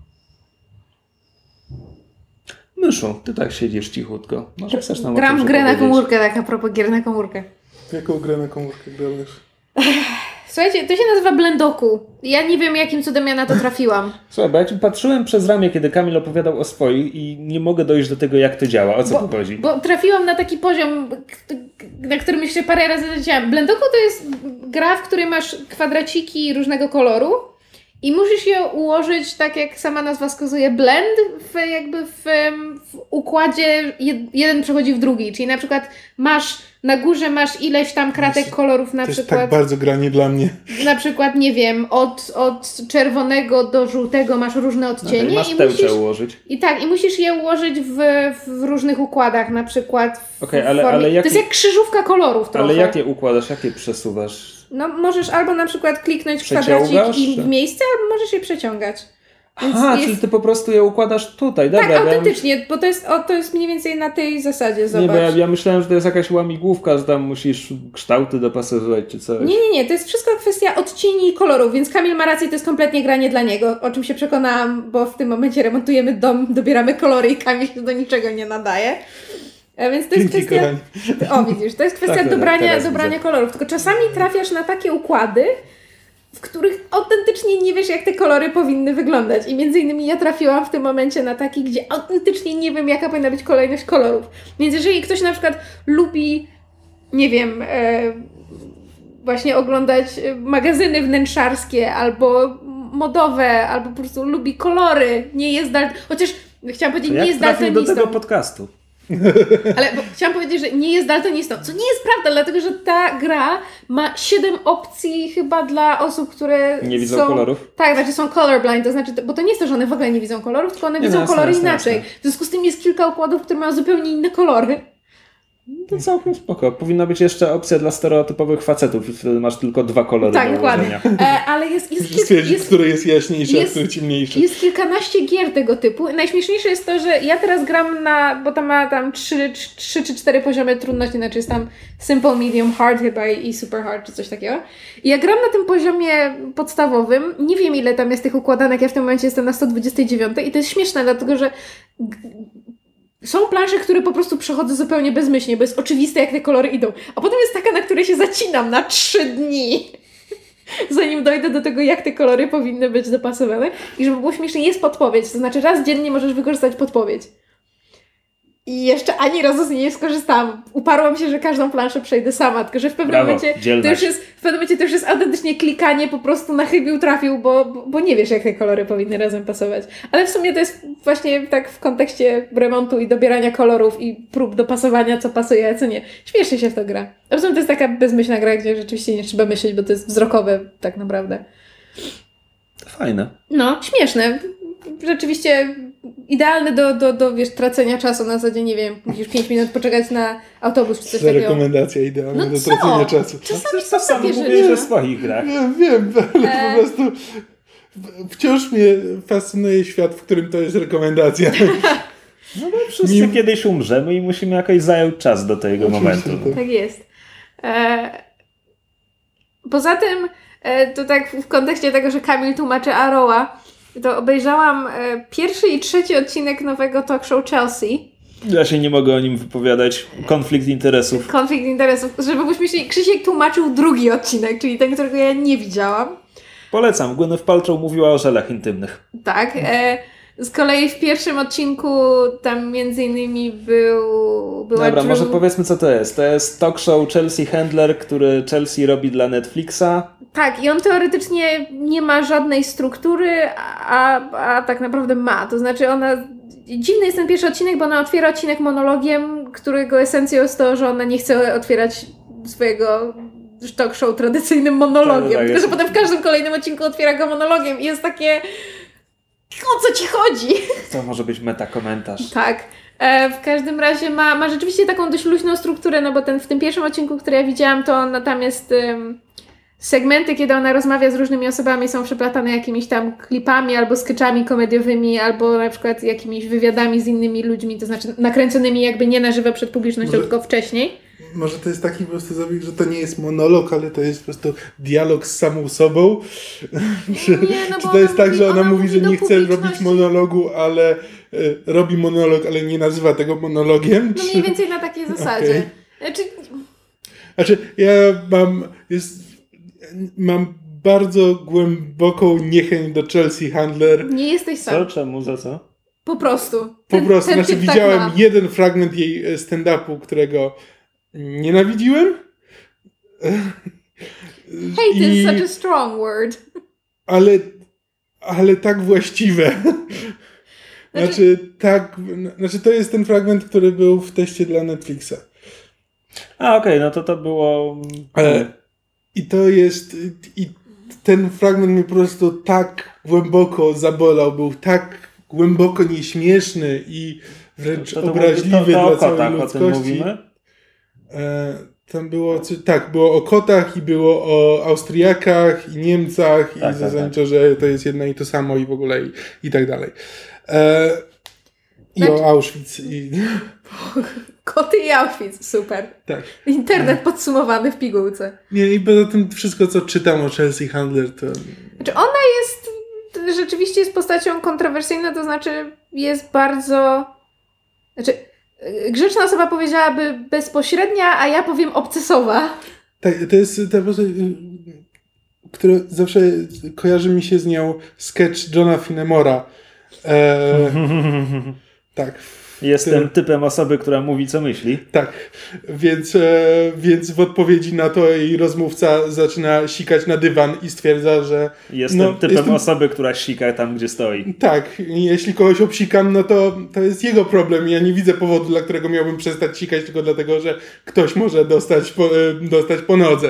Myszu, ty tak siedzisz cichutko. Może chcesz nam Gram w grę na komórkę, tak a propos gier na komórkę. Jaką grę na komórkę grasz? Słuchajcie, to się nazywa Blendoku. Ja nie wiem, jakim cudem ja na to trafiłam. Słuchaj, bo ja ci patrzyłem przez ramię, kiedy Kamil opowiadał o swoich i nie mogę dojść do tego, jak to działa. O co tu chodzi? Bo trafiłam na taki poziom, na którym jeszcze parę razy leciałam. Blendoku to jest gra, w której masz kwadraciki różnego koloru i musisz je ułożyć, tak jak sama nazwa wskazuje, blend, w układzie jeden przechodzi w drugi. Czyli na przykład na górze masz ileś tam kratek kolorów, na przykład. To jest tak bardzo granie dla mnie. Na przykład, nie wiem, od czerwonego do żółtego masz różne odcienie. Masz tęczę ułożyć. I musisz je ułożyć w różnych układach, na przykład ale to jakie... jest jak krzyżówka kolorów trochę. Ale jakie układasz, jakie przesuwasz? No możesz albo na przykład kliknąć w kwadracik i w miejsce, albo możesz je przeciągać. Czyli ty po prostu je układasz tutaj. Dobra, tak, autentycznie, bo to jest mniej więcej na tej zasadzie, zobacz. Nie, bo ja myślałem, że to jest jakaś łamigłówka, że tam musisz kształty dopasowywać czy coś. Nie, to jest wszystko kwestia odcieni i kolorów, więc Kamil ma rację, to jest kompletnie granie dla niego, o czym się przekonałam, bo w tym momencie remontujemy dom, dobieramy kolory i Kamil się do niczego nie nadaje. Więc to jest kwestia... widzisz, to jest kwestia dobrania kolorów, tylko czasami trafiasz na takie układy, w których autentycznie nie wiesz, jak te kolory powinny wyglądać. I między innymi ja trafiłam w tym momencie na taki, gdzie autentycznie nie wiem, jaka powinna być kolejność kolorów. Więc jeżeli ktoś na przykład lubi, nie wiem, właśnie oglądać magazyny wnętrzarskie albo modowe, albo po prostu lubi kolory, nie jest chociaż chciałam powiedzieć, nie jest daltonistą. do tego podcastu. Ale chciałam powiedzieć, że nie jest daltonistą, co nie jest prawda, dlatego że ta gra ma 7 opcji chyba dla osób, które nie widzą kolorów. Tak, znaczy są colorblind, to znaczy, bo to nie jest to, że one w ogóle nie widzą kolorów, tylko one widzą kolory inaczej. W związku z tym jest kilka układów, które mają zupełnie inne kolory. To całkiem spoko. Powinna być jeszcze opcja dla stereotypowych facetów i wtedy masz tylko 2 kolory Tak, do dokładnie. ułożenia. Ale Muszę stwierdzić, który jest jaśniejszy, a który ciemniejszy. Jest kilkanaście gier tego typu. Najśmieszniejsze jest to, że ja teraz gram bo tam ma tam 3 czy 4 poziomy trudności, znaczy jest tam simple, medium, hard chyba i super hard, czy coś takiego. I ja gram na tym poziomie podstawowym. Nie wiem, ile tam jest tych układanek, ja w tym momencie jestem na 129 i to jest śmieszne, dlatego że są plansze, które po prostu przechodzę zupełnie bezmyślnie, bo jest oczywiste, jak te kolory idą. A potem jest taka, na której się zacinam na 3 dni, zanim dojdę do tego, jak te kolory powinny być dopasowane. I żeby było śmiesznie, jest podpowiedź. To znaczy raz dziennie możesz wykorzystać podpowiedź. I jeszcze ani razu z niej nie skorzystałam. Uparłam się, że każdą planszę przejdę sama, tylko że w pewnym momencie to już jest autentycznie klikanie po prostu na chybił trafił, bo nie wiesz, jak te kolory powinny razem pasować. Ale w sumie to jest właśnie tak w kontekście remontu i dobierania kolorów i prób dopasowania, co pasuje, a co nie. Śmiesznie się w to gra. A w sumie to jest taka bezmyślna gra, gdzie rzeczywiście nie trzeba myśleć, bo to jest wzrokowe tak naprawdę. Fajne. No, śmieszne. Rzeczywiście idealny do wiesz, tracenia czasu na zasadzie, nie wiem, musisz 5 minut poczekać na autobus czy coś takiego. Rekomendacja idealna do tracenia czasu. Czasami to samo mówisz o swoich grach. Wiem, ale po prostu wciąż mnie fascynuje świat, w którym to jest rekomendacja. No bo wszyscy kiedyś umrzemy i musimy jakoś zająć czas do tego momentu. Tak jest. Poza tym, to tak w kontekście tego, że Kamil tłumaczy Arrowa, to obejrzałam 1. i 3. odcinek nowego talk show Chelsea. Ja się nie mogę o nim wypowiadać. Konflikt interesów. Żeby było śmiesznie, Krzysiek tłumaczył 2. odcinek, czyli ten, którego ja nie widziałam. Polecam. Gwyneth Paltrow mówiła o żelach intymnych. Tak. Z kolei w 1. odcinku tam między innymi była Dobra, Drew... może powiedzmy, co to jest. To jest talk show Chelsea Handler, który Chelsea robi dla Netflixa. Tak, i on teoretycznie nie ma żadnej struktury, a tak naprawdę ma. To znaczy dziwny jest ten 1. odcinek, bo ona otwiera odcinek monologiem, którego esencją jest to, że ona nie chce otwierać swojego talk show tradycyjnym monologiem. Tak, tylko, że potem w każdym kolejnym odcinku otwiera go monologiem i jest takie... O co ci chodzi? To może być metakomentarz. Tak. W każdym razie ma rzeczywiście taką dość luźną strukturę, no bo w tym 1. odcinku, który ja widziałam, to tam jest segmenty, kiedy ona rozmawia z różnymi osobami, są przeplatane jakimiś tam klipami albo sketchami komediowymi, albo na przykład jakimiś wywiadami z innymi ludźmi, to znaczy nakręconymi jakby nie na żywo przed publicznością, tylko wcześniej. Może to jest taki po prostu zabieg, że to nie jest monolog, ale to jest po prostu dialog z samą sobą? Czy to jest tak, że ona mówi, że nie chce robić monologu, ale robi monolog, ale nie nazywa tego monologiem? No mniej więcej na takiej zasadzie. Okay. Znaczy ja mam bardzo głęboką niechęć do Chelsea Handler. Nie jesteś sam. Co? Czemu? Za co? Po prostu. Znaczy widziałem jeden fragment jej stand-upu, którego nienawidziłem. Hate is such a strong word. Ale tak właściwe. Znaczy to jest ten fragment, który był w teście dla Netflixa. Okej, no to było... I to jest... I ten fragment mnie po prostu tak głęboko zabolał. Był tak głęboko nieśmieszny i wręcz obraźliwy dla całej ludzkości. O tym mówimy? Tam było... było o kotach i było o Austriakach i Niemcach i zasadniczo, że to jest jedno i to samo i w ogóle i tak dalej. I o Auschwitz. Koty i Auschwitz, super. Tak. Internet podsumowany w pigułce. Nie, i poza tym wszystko, co czytam o Chelsea Handler, to... Znaczy ona rzeczywiście jest postacią kontrowersyjną, to znaczy jest bardzo... grzeczna osoba powiedziałaby bezpośrednia, a ja powiem obcesowa. Tak, to jest ta postać, która zawsze kojarzy mi się z nią sketch Johna Finnemora. Tak. Jestem typem osoby, która mówi, co myśli. Tak, więc w odpowiedzi na to jej rozmówca zaczyna sikać na dywan i stwierdza, że... Jestem typem osoby, która sika tam, gdzie stoi. Tak, jeśli kogoś obsikam, no to jest jego problem. Ja nie widzę powodu, dla którego miałbym przestać sikać, tylko dlatego, że ktoś może dostać po nodze.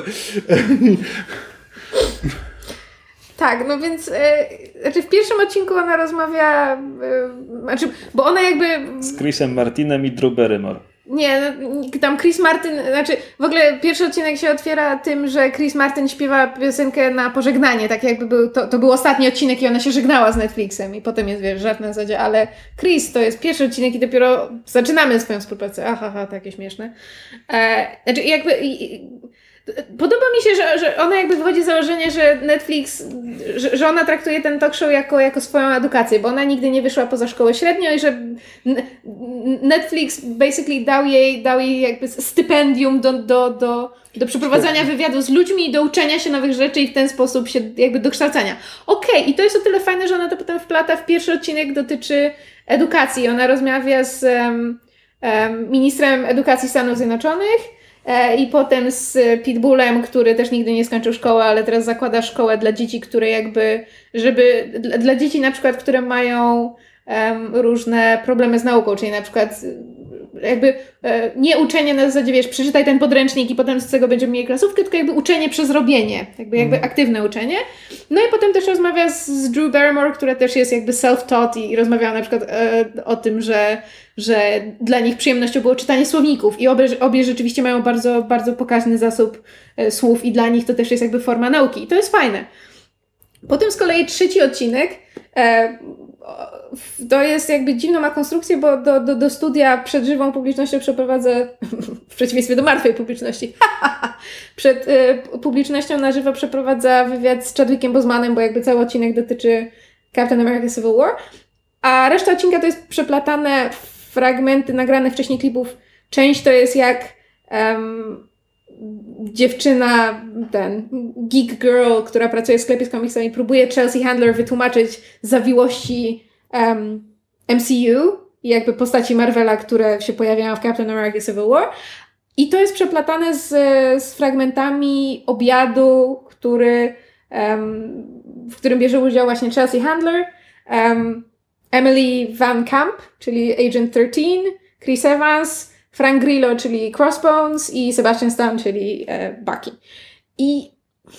Tak, no więc w 1. odcinku ona rozmawia, bo ona jakby... Z Chrisem Martinem i Drew Barrymore. Nie, tam Chris Martin, znaczy w ogóle pierwszy odcinek się otwiera tym, że Chris Martin śpiewa piosenkę na pożegnanie, tak jakby to był ostatni odcinek i ona się żegnała z Netflixem i potem jest, wiesz, żart na zasadzie, ale Chris, to jest pierwszy odcinek i dopiero zaczynamy swoją współpracę. Takie śmieszne. Znaczy jakby... Podoba mi się, że ona jakby wychodzi z założenia, że Netflix, że ona traktuje ten talk show jako swoją edukację, bo ona nigdy nie wyszła poza szkołę średnią i że Netflix basically dał jej jakby stypendium do przeprowadzania wywiadu z ludźmi i do uczenia się nowych rzeczy i w ten sposób się jakby dokształcania. Okej, i to jest o tyle fajne, że ona to potem wplata w pierwszy odcinek, dotyczy edukacji. Ona rozmawia z ministrem edukacji Stanów Zjednoczonych i potem z Pitbullem, który też nigdy nie skończył szkoły, ale teraz zakłada szkołę dla dzieci, które jakby, dla dzieci na przykład, które mają różne problemy z nauką, czyli na przykład jakby nie uczenie na zasadzie, wiesz, przeczytaj ten podręcznik i potem z tego będziemy mieli klasówkę, tylko jakby uczenie przez robienie, jakby aktywne uczenie. No i potem też rozmawia z Drew Barrymore, która też jest jakby self-taught i rozmawiała na przykład o tym, że dla nich przyjemnością było czytanie słowników i obie rzeczywiście mają bardzo, bardzo pokaźny zasób słów i dla nich to też jest jakby forma nauki i to jest fajne. Potem z kolei trzeci odcinek to jest jakby dziwną ma konstrukcję, bo do studia przed żywą publicznością przeprowadza, w przeciwieństwie do martwej publiczności, przed publicznością na żywo przeprowadza wywiad z Chadwickiem Bosemanem, bo jakby cały odcinek dotyczy Captain America Civil War, a reszta odcinka to jest przeplatane fragmenty nagranych wcześniej klipów. Część to jest jak dziewczyna, geek girl, która pracuje w sklepie z komiksami, próbuje Chelsea Handler wytłumaczyć zawiłości MCU i jakby postaci Marvela, które się pojawiają w Captain America Civil War. I to jest przeplatane z fragmentami obiadu, w którym bierze udział właśnie Chelsea Handler, Emily Van Camp, czyli Agent 13, Chris Evans, Frank Grillo, czyli Crossbones i Sebastian Stan, czyli Bucky. I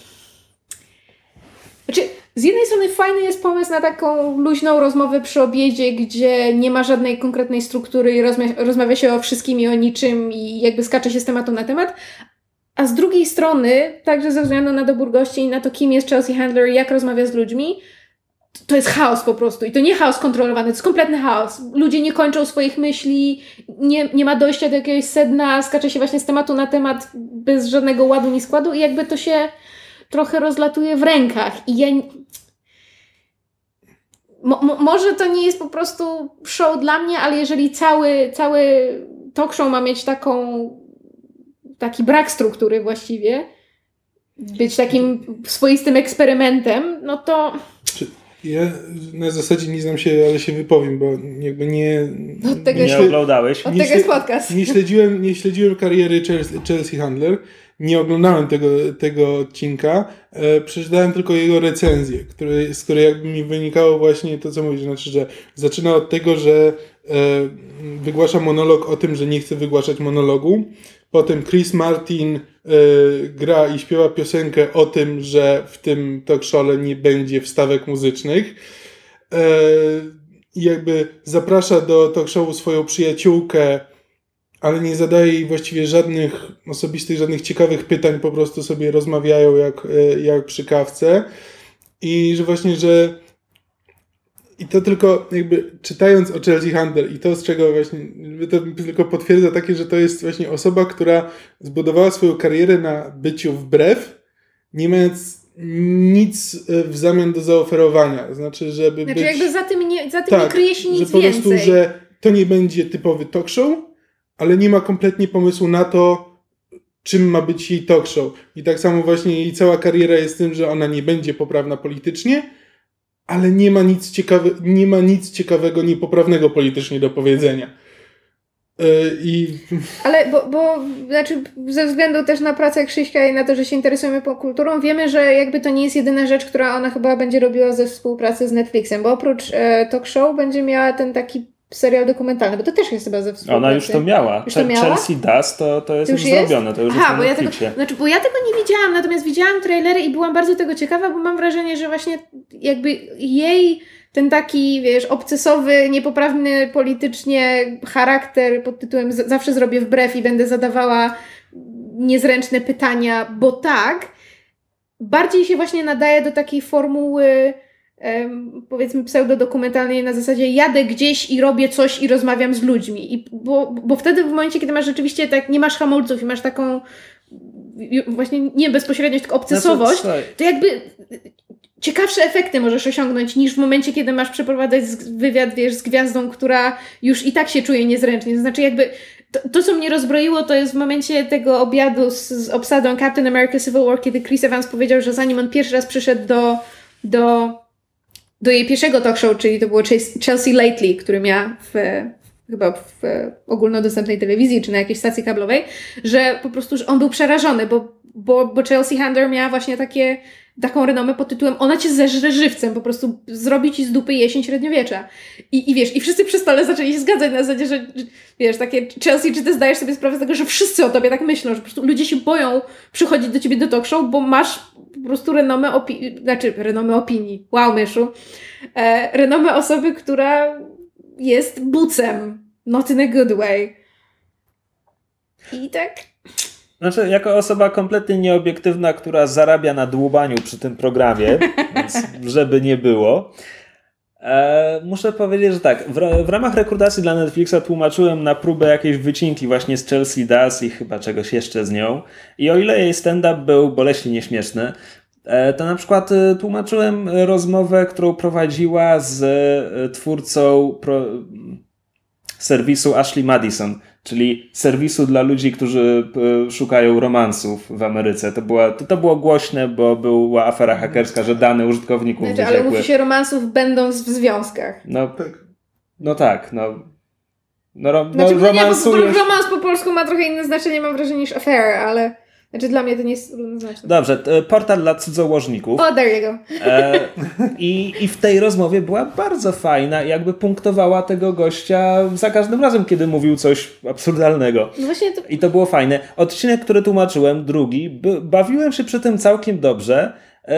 znaczy, z jednej strony fajny jest pomysł na taką luźną rozmowę przy obiedzie, gdzie nie ma żadnej konkretnej struktury i rozmawia się o wszystkim i o niczym i jakby skacze się z tematu na temat. A z drugiej strony, także ze względu na dobór gości i na to, kim jest Chelsea Handler i jak rozmawia z ludźmi, to jest chaos po prostu. I to nie chaos kontrolowany, to jest kompletny chaos. Ludzie nie kończą swoich myśli, nie ma dojścia do jakiegoś sedna, skacze się właśnie z tematu na temat bez żadnego ładu ni składu i jakby to się trochę rozlatuje w rękach. I ja... może to nie jest po prostu show dla mnie, ale jeżeli cały talk show ma mieć taki brak struktury właściwie, być takim swoistym eksperymentem, no to... Ja na zasadzie nie znam się, ale się wypowiem, bo jakby nie oglądałeś. Od tego jest podcast. Nie śledziłem kariery Chelsea Handler, nie oglądałem tego odcinka, przeczytałem tylko jego recenzję, z której jakby mi wynikało właśnie to, co mówisz, znaczy, że zaczyna od tego, że wygłasza monolog o tym, że nie chce wygłaszać monologu. Potem Chris Martin gra i śpiewa piosenkę o tym, że w tym talk show nie będzie wstawek muzycznych. I jakby zaprasza do talk showu swoją przyjaciółkę, ale nie zadaje jej właściwie żadnych osobistych, żadnych ciekawych pytań, po prostu sobie rozmawiają jak przy kawce. I że właśnie, i to tylko jakby czytając o Chelsea Handler i to, z czego właśnie to tylko potwierdza takie, że to jest właśnie osoba, która zbudowała swoją karierę na byciu wbrew, nie mając nic w zamian do zaoferowania. Znaczy, jakby za tym nie kryje się nic więcej. Że po prostu, że to nie będzie typowy talk show, ale nie ma kompletnie pomysłu na to, czym ma być jej talk show. I tak samo właśnie jej cała kariera jest tym, że ona nie będzie poprawna politycznie, ale nie ma nic ciekawego, niepoprawnego politycznie do powiedzenia. Ale znaczy ze względu też na pracę Krzyśka i na to, że się interesujemy popkulturą, wiemy, że jakby to nie jest jedyna rzecz, która ona chyba będzie robiła ze współpracy z Netflixem, bo oprócz talk show będzie miała ten taki serial dokumentalny, bo to też jest chyba ze współpracy. Ona już to miała. Chelsea Does, to jest już zrobione. To już jest bo ja tego nie widziałam, natomiast widziałam trailery i byłam bardzo tego ciekawa, bo mam wrażenie, że właśnie jakby jej ten taki, wiesz, obcesowy, niepoprawny politycznie charakter pod tytułem zawsze zrobię wbrew i będę zadawała niezręczne pytania, bo tak, bardziej się właśnie nadaje do takiej formuły powiedzmy pseudodokumentalnej na zasadzie jadę gdzieś i robię coś i rozmawiam z ludźmi. Bo wtedy w momencie, kiedy masz rzeczywiście tak, nie masz hamulców i masz taką właśnie nie bezpośredniość, tylko obcesowość, to jakby ciekawsze efekty możesz osiągnąć niż w momencie, kiedy masz przeprowadzać wywiad, wiesz, z gwiazdą, która już i tak się czuje niezręcznie. To znaczy jakby to, co mnie rozbroiło, to jest w momencie tego obiadu z obsadą Captain America Civil War, kiedy Chris Evans powiedział, że zanim on pierwszy raz przyszedł do jej pierwszego talk show, czyli to było Chelsea Lately, który miała chyba w ogólnodostępnej telewizji, czy na jakiejś stacji kablowej, że po prostu że on był przerażony, bo Chelsea Handler miała właśnie taką renomę pod tytułem ona cię zeżre żywcem, po prostu zrobi ci z dupy jesień średniowiecza. I wiesz, i wszyscy przy stole zaczęli się zgadzać na zasadzie, że wiesz, takie Chelsea, czy ty zdajesz sobie sprawę z tego, że wszyscy o tobie tak myślą, że po prostu ludzie się boją przychodzić do ciebie do talk show, bo masz po prostu renomę opinii. Wow, myszu. Renomę osoby, która jest bucem. Not in a good way. I tak... Znaczy, jako osoba kompletnie nieobiektywna, która zarabia na dłubaniu przy tym programie, więc żeby nie było, muszę powiedzieć, że tak, w ramach rekrutacji dla Netflixa tłumaczyłem na próbę jakieś wycinki właśnie z Chelsea Das i chyba czegoś jeszcze z nią. I o ile jej stand-up był boleśnie nieśmieszny, to na przykład tłumaczyłem rozmowę, którą prowadziła z twórcą serwisu Ashley Madison, czyli serwisu dla ludzi, którzy szukają romansów w Ameryce. To było głośne, bo była afera hakerska, że dane użytkowników wyciekły. Ale mówi się romansów będąc w związkach. Romans po polsku ma trochę inne znaczenie, mam wrażenie, niż affair, ale... Znaczy dla mnie to nie jest równoznaczne. Dobrze, portal dla cudzołożników. Oh, there you go. I w tej rozmowie była bardzo fajna i jakby punktowała tego gościa za każdym razem, kiedy mówił coś absurdalnego. No właśnie to... I to było fajne. Odcinek, który tłumaczyłem, drugi, bawiłem się przy tym całkiem dobrze.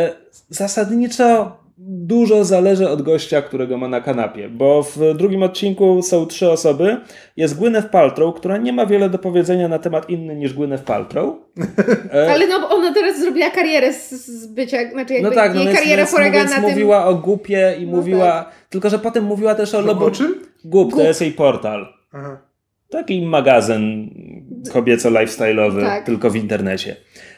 Zasadniczo dużo zależy od gościa, którego ma na kanapie, bo w drugim odcinku są 3 osoby. Jest Gwyneth Paltrow, która nie ma wiele do powiedzenia na temat inny niż Gwyneth Paltrow. Ale no, ona teraz zrobiła karierę z bycia, znaczy jakby jej kariera polega na tym... mówiła o Głupie i mówiła... Tylko, że potem mówiła też o czym? Gup, to jest jej portal. Aha. Taki magazyn kobieco-lifestyle'owy, tak. tylko w internecie.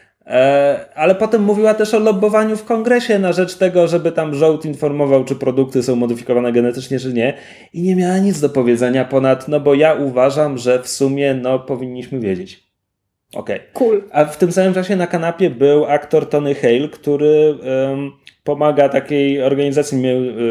Ale potem mówiła też o lobbowaniu w kongresie na rzecz tego, żeby tam rząd informował, czy produkty są modyfikowane genetycznie, czy nie. I nie miała nic do powiedzenia ponad, bo ja uważam, że w sumie powinniśmy wiedzieć. Okej. Cool. A w tym samym czasie na kanapie był aktor Tony Hale, który pomaga takiej organizacji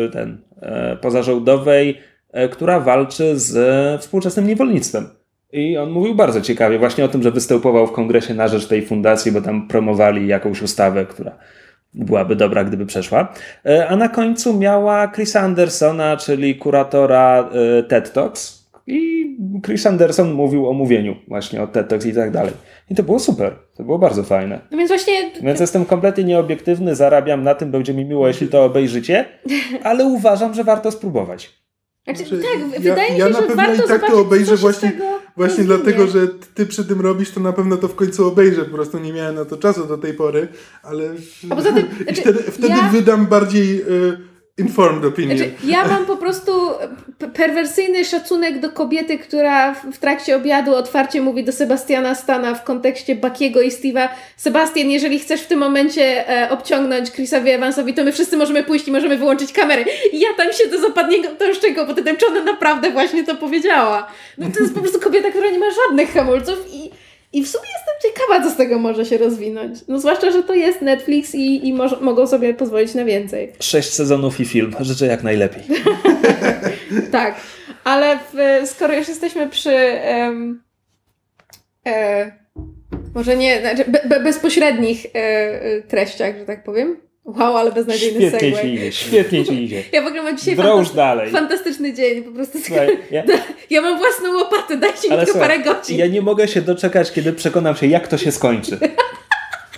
pozarządowej, która walczy z współczesnym niewolnictwem. I on mówił bardzo ciekawie właśnie o tym, że występował w kongresie na rzecz tej fundacji, bo tam promowali jakąś ustawę, która byłaby dobra, gdyby przeszła. A na końcu miała Chrisa Andersona, czyli kuratora TED Talks. I Chris Anderson mówił o mówieniu właśnie o TED Talks i tak dalej. I to było super. To było bardzo fajne. No więc właśnie... Więc jestem kompletnie nieobiektywny, zarabiam na tym, będzie mi miło, jeśli to obejrzycie, ale uważam, że warto spróbować. Znaczy, tak, wydaje mi się, ja na że pewno warto i tak to obejrzę właśnie rozwinie. dlatego, że ty przy tym robisz, to na pewno to w końcu obejrzę. Po prostu nie miałem na to czasu do tej pory, ale a poza tym, wtedy wydam bardziej informed opinion. Znaczy, ja mam po prostu perwersyjny szacunek do kobiety, która w trakcie obiadu otwarcie mówi do Sebastiana Stana w kontekście Buckiego i Steve'a: Sebastian, jeżeli chcesz w tym momencie obciągnąć Chrisowi Evansowi, to my wszyscy możemy pójść i możemy wyłączyć kamery. I ja tam siedzę z opadniętą szczęką pod tym, czy ona naprawdę właśnie to powiedziała. No to jest po prostu kobieta, która nie ma żadnych hamulców i w sumie jestem ciekawa, co z tego może się rozwinąć. No zwłaszcza, że to jest Netflix i mogą sobie pozwolić na więcej. 6 sezonów i film. Życzę jak najlepiej. Tak, ale skoro już jesteśmy przy może nie, znaczy bezpośrednich treściach, że tak powiem. Wow, ale beznadziejny segue. Świetnie ci idzie. Ja w ogóle mam dzisiaj fantastyczny dzień. Po prostu ja mam własną łopatę, dajcie mi tylko parę godzin. Ja nie mogę się doczekać, kiedy przekonam się, jak to się skończy.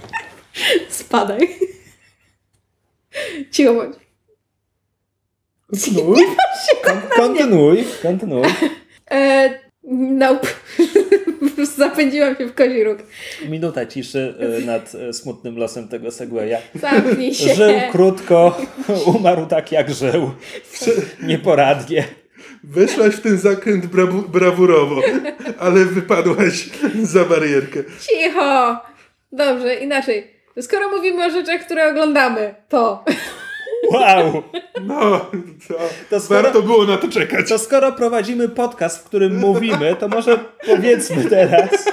Spadaj. Cicho bądź. Kontynuuj. Nope. Zapędziłam się w kozi róg. Minuta ciszy nad smutnym losem tego segwaya. Zamknij się. Żył krótko, umarł tak jak żył. Nieporadnie. Weszłaś w ten zakręt brawurowo, ale wypadłaś za barierkę. Cicho! Dobrze, inaczej. Skoro mówimy o rzeczach, które oglądamy, to... Wow! No, To skoro- warto było na to czekać. To skoro prowadzimy podcast, w którym mówimy, to może powiedzmy teraz.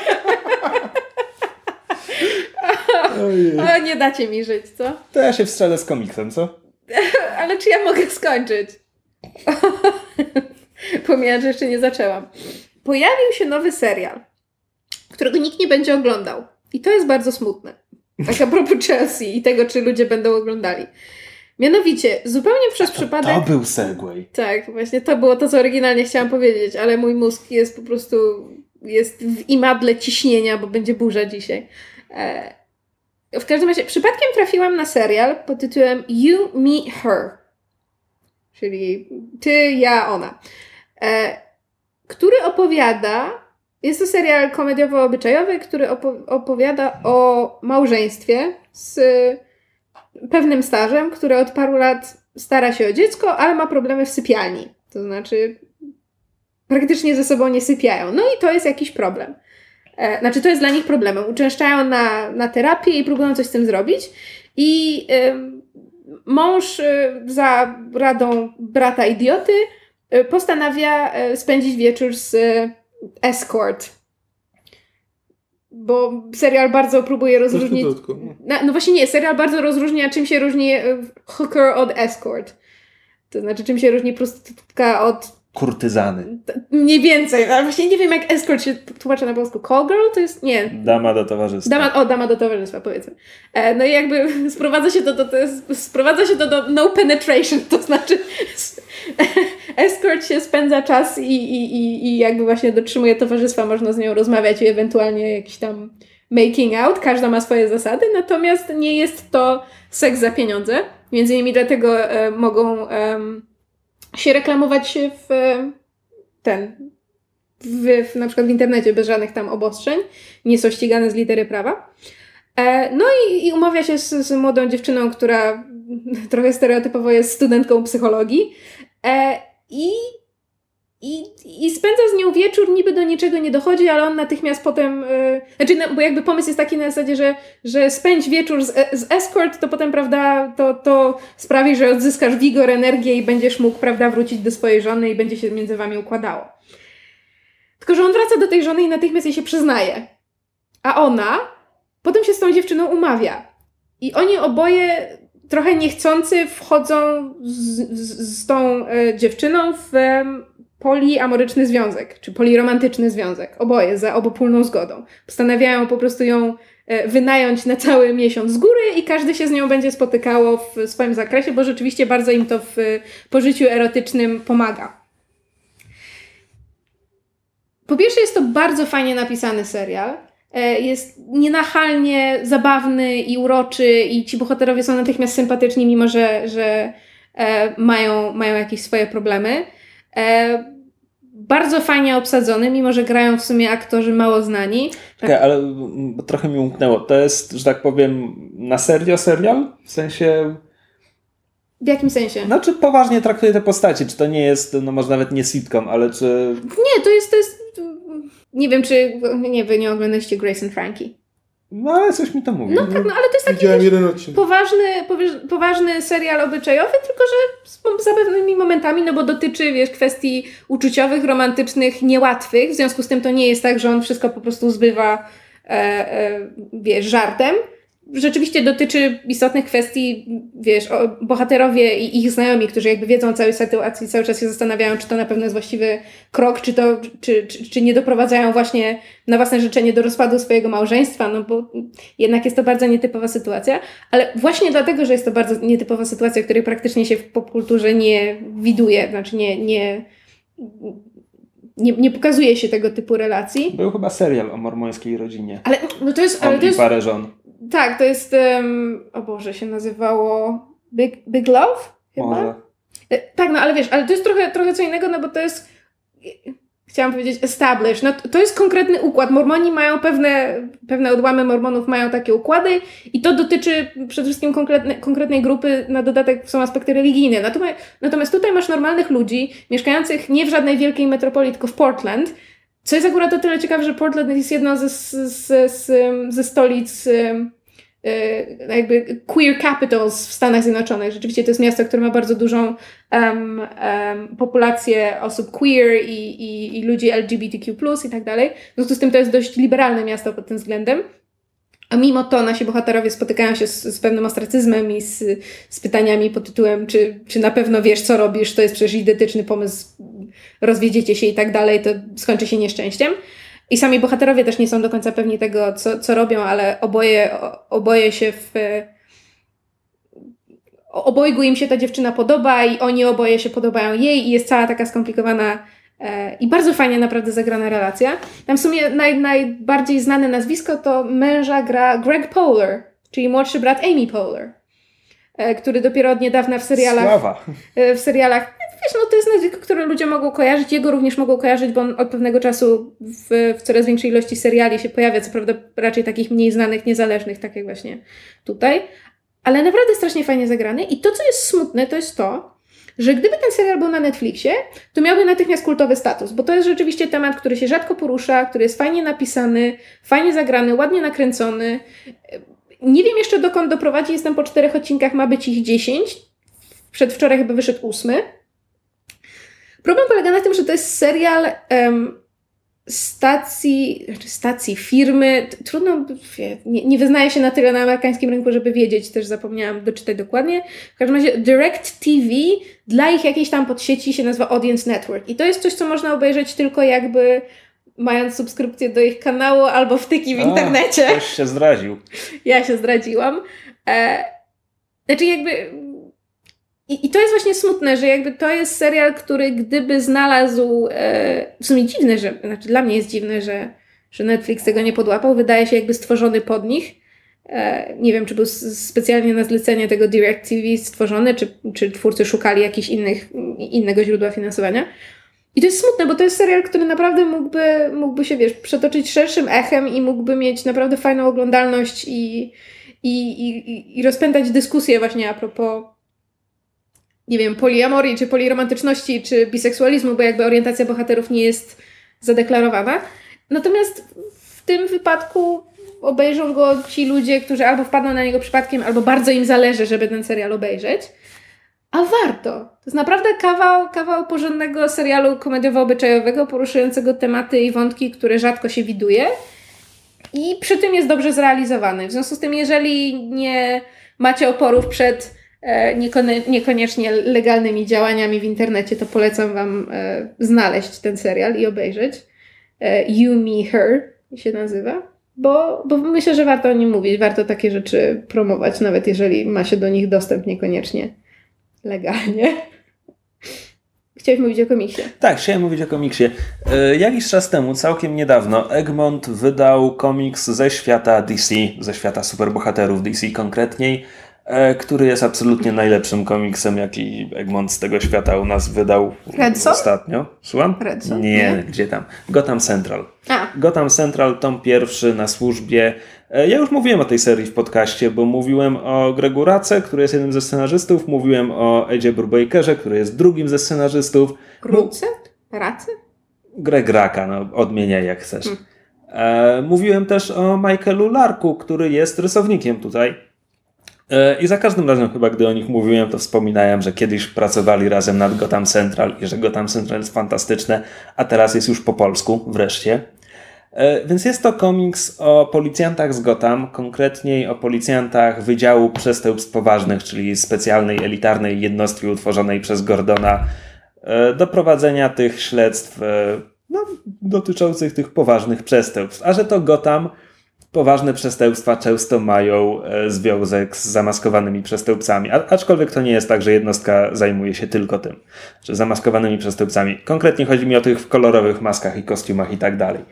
O, nie dacie mi żyć, co? To ja się wstrzelę z komiksem, co? Ale czy ja mogę skończyć? Pomijam, że jeszcze nie zaczęłam. Pojawił się nowy serial, którego nikt nie będzie oglądał. I to jest bardzo smutne. Tak a propos Chelsea i tego, czy ludzie będą oglądali. Mianowicie, zupełnie przez przypadek... To był segway. Tak, właśnie to było to, co oryginalnie chciałam powiedzieć, ale mój mózg jest po prostu... jest w imadle ciśnienia, bo będzie burza dzisiaj. W każdym razie, przypadkiem trafiłam na serial pod tytułem You, Me, Her. Czyli ty, ja, ona. Który opowiada... Jest to serial komediowo-obyczajowy, który opowiada o małżeństwie z pewnym starzem, który od paru lat stara się o dziecko, ale ma problemy w sypialni. To znaczy praktycznie ze sobą nie sypiają. No i to jest jakiś problem. Znaczy to jest dla nich problemem. Uczęszczają na terapię i próbują coś z tym zrobić. I mąż za radą brata idioty postanawia spędzić wieczór z escort. Bo serial bardzo próbuje rozróżnić... No właśnie nie, serial bardzo rozróżnia, czym się różni hooker od escort. To znaczy, czym się różni prostytutka od... Kurtyzany. Mniej więcej, ale właśnie nie wiem, jak escort się tłumaczy na polsku. Call girl? To jest... Nie. Dama do towarzystwa. Dama do towarzystwa, powiedzmy. No i jakby sprowadza się to do no penetration, to znaczy escort się spędza czas i jakby właśnie dotrzymuje towarzystwa, można z nią rozmawiać i ewentualnie jakiś tam making out, każda ma swoje zasady, natomiast nie jest to seks za pieniądze. Między innymi dlatego mogą się reklamować na przykład w internecie bez żadnych tam obostrzeń, nie są ścigane z litery prawa. No i umawia się z młodą dziewczyną, która trochę stereotypowo jest studentką psychologii i spędza z nią wieczór, niby do niczego nie dochodzi, ale on natychmiast potem... bo jakby pomysł jest taki na zasadzie, że spędź wieczór z escort, to potem, prawda, to sprawi, że odzyskasz wigor, energię i będziesz mógł, prawda, wrócić do swojej żony i będzie się między wami układało. Tylko że on wraca do tej żony i natychmiast jej się przyznaje. A ona potem się z tą dziewczyną umawia. I oni oboje trochę niechcący wchodzą z tą dziewczyną w poliamoryczny związek, czy poliromantyczny związek. Oboje, za obopólną zgodą. Postanawiają po prostu ją wynająć na cały miesiąc z góry i każdy się z nią będzie spotykało w swoim zakresie, bo rzeczywiście bardzo im to w pożyciu erotycznym pomaga. Po pierwsze jest to bardzo fajnie napisany serial. Jest nienachalnie zabawny i uroczy i ci bohaterowie są natychmiast sympatyczni, mimo że mają jakieś swoje problemy. Bardzo fajnie obsadzony, mimo że grają w sumie aktorzy mało znani. Czekaj, ale trochę mi umknęło. To jest, że tak powiem, na serio serial? W sensie... W jakim sensie? Znaczy poważnie traktuje te postacie. Czy to nie jest, no może nawet nie sitcom, ale czy... Nie, to jest... Nie wiem, czy... Nie, wy nie oglądaliście Grace and Frankie. No ale coś mi to mówi. No tak, no ale to jest taki Widziałem jeden odcinek. poważny serial obyczajowy, tylko że z zapewnymi momentami, no bo dotyczy, wiesz, kwestii uczuciowych, romantycznych, niełatwych. W związku z tym to nie jest tak, że on wszystko po prostu zbywa, wiesz, żartem. Rzeczywiście dotyczy istotnych kwestii, wiesz, bohaterowie i ich znajomi, którzy jakby wiedzą o całej sytuacji, cały czas się zastanawiają, czy to na pewno jest właściwy krok, czy nie doprowadzają właśnie na własne życzenie do rozpadu swojego małżeństwa, no bo jednak jest to bardzo nietypowa sytuacja, ale właśnie dlatego, że jest to bardzo nietypowa sytuacja, której praktycznie się w popkulturze nie widuje, znaczy nie pokazuje się tego typu relacji. Był chyba serial o mormońskiej rodzinie. Ale no to jest... I parę żon. Tak, to jest, o Boże, się nazywało Big Love? Chyba? Może. Tak, no ale wiesz, ale to jest trochę co innego, no bo to jest, chciałam powiedzieć established, no to jest konkretny układ. Mormoni mają pewne odłamy mormonów mają takie układy i to dotyczy przede wszystkim konkretnej grupy, na dodatek są aspekty religijne. Natomiast tutaj masz normalnych ludzi, mieszkających nie w żadnej wielkiej metropolii, tylko w Portland, co jest akurat o tyle ciekawe, że Portland jest jedną ze stolic jakby queer capitals w Stanach Zjednoczonych. Rzeczywiście to jest miasto, które ma bardzo dużą populację osób queer i ludzi LGBTQ+, i tak dalej. W związku z tym to jest dość liberalne miasto pod tym względem. A mimo to nasi bohaterowie spotykają się z pewnym ostracyzmem i z pytaniami pod tytułem, czy na pewno wiesz, co robisz, to jest przecież idiotyczny pomysł, rozwiedziecie się i tak dalej, to skończy się nieszczęściem. I sami bohaterowie też nie są do końca pewni tego, co robią, ale oboje się obojgu im się ta dziewczyna podoba i oni oboje się podobają jej i jest cała taka skomplikowana i bardzo fajnie naprawdę zagrana relacja. Tam w sumie najbardziej znane nazwisko to męża gra Greg Poehler, czyli młodszy brat Amy Poehler, który dopiero od niedawna w serialach, wiesz, no to jest nazwisko, które ludzie mogą kojarzyć, jego również mogą kojarzyć, bo on od pewnego czasu w coraz większej ilości seriali się pojawia, co prawda raczej takich mniej znanych, niezależnych, tak jak właśnie tutaj, ale naprawdę strasznie fajnie zagrany i to, co jest smutne, to jest to, że gdyby ten serial był na Netflixie, to miałby natychmiast kultowy status, bo to jest rzeczywiście temat, który się rzadko porusza, który jest fajnie napisany, fajnie zagrany, ładnie nakręcony. Nie wiem jeszcze dokąd doprowadzi, jestem po 4 odcinkach, ma być ich 10. Przedwczoraj chyba wyszedł 8. Problem polega na tym, że to jest serial stacji firmy. Trudno, nie wyznaję się na tyle na amerykańskim rynku, żeby wiedzieć, też zapomniałam doczytać dokładnie. W każdym razie Direct TV dla ich jakiejś tam podsieci się nazywa Audience Network. I to jest coś, co można obejrzeć tylko jakby mając subskrypcję do ich kanału albo wtyki w internecie. Ktoś się zdradził. Ja się zdradziłam. Znaczy jakby... I to jest właśnie smutne, że jakby to jest serial, który gdyby znalazł... w sumie dziwne, znaczy dla mnie jest dziwne, że Netflix tego nie podłapał. Wydaje się jakby stworzony pod nich. Nie wiem, czy był specjalnie na zlecenie tego Direct TV stworzony, czy twórcy szukali jakichś innego źródła finansowania. I to jest smutne, bo to jest serial, który naprawdę mógłby się, wiesz, przetoczyć szerszym echem i mógłby mieć naprawdę fajną oglądalność i rozpętać dyskusję właśnie a propos, nie wiem, poliamorii, czy poliromantyczności, czy biseksualizmu, bo jakby orientacja bohaterów nie jest zadeklarowana. Natomiast w tym wypadku obejrzą go ci ludzie, którzy albo wpadną na niego przypadkiem, albo bardzo im zależy, żeby ten serial obejrzeć. A warto. To jest naprawdę kawał porządnego serialu komediowo-obyczajowego, poruszającego tematy i wątki, które rzadko się widuje. I przy tym jest dobrze zrealizowany. W związku z tym, jeżeli nie macie oporów przed niekoniecznie legalnymi działaniami w internecie, to polecam wam znaleźć ten serial i obejrzeć. You, Me, Her się nazywa. Bo myślę, że warto o nim mówić. Warto takie rzeczy promować, nawet jeżeli ma się do nich dostęp niekoniecznie legalnie. Chciałeś mówić o komiksie? Tak, chciałem mówić o komiksie. Jakiś czas temu, całkiem niedawno, Egmont wydał komiks ze świata DC, ze świata superbohaterów DC konkretniej, który jest absolutnie najlepszym komiksem, jaki Egmont z tego świata u nas wydał ostatnio. Słucham? Redson? Nie, gdzie tam? Gotham Central. Gotham Central, tom 1 na służbie. Ja już mówiłem o tej serii w podcaście, bo mówiłem o Gregu Race, który jest jednym ze scenarzystów, mówiłem o Edzie Brubakerze, który jest drugim ze scenarzystów. Race? Greg Raka, no odmieniaj jak chcesz. Mówiłem też o Michaelu Larku, który jest rysownikiem tutaj. I za każdym razem chyba, gdy o nich mówiłem, to wspominałem, że kiedyś pracowali razem nad Gotham Central i że Gotham Central jest fantastyczne, a teraz jest już po polsku, wreszcie. Więc jest to komiks o policjantach z Gotham, konkretniej o policjantach Wydziału Przestępstw Poważnych, czyli specjalnej, elitarnej jednostki utworzonej przez Gordona do prowadzenia tych śledztw dotyczących tych poważnych przestępstw. A że to Gotham, poważne przestępstwa często mają związek z zamaskowanymi przestępcami. Aczkolwiek to nie jest tak, że jednostka zajmuje się tylko tym, że zamaskowanymi przestępcami. Konkretnie chodzi mi o tych w kolorowych maskach i kostiumach i tak dalej.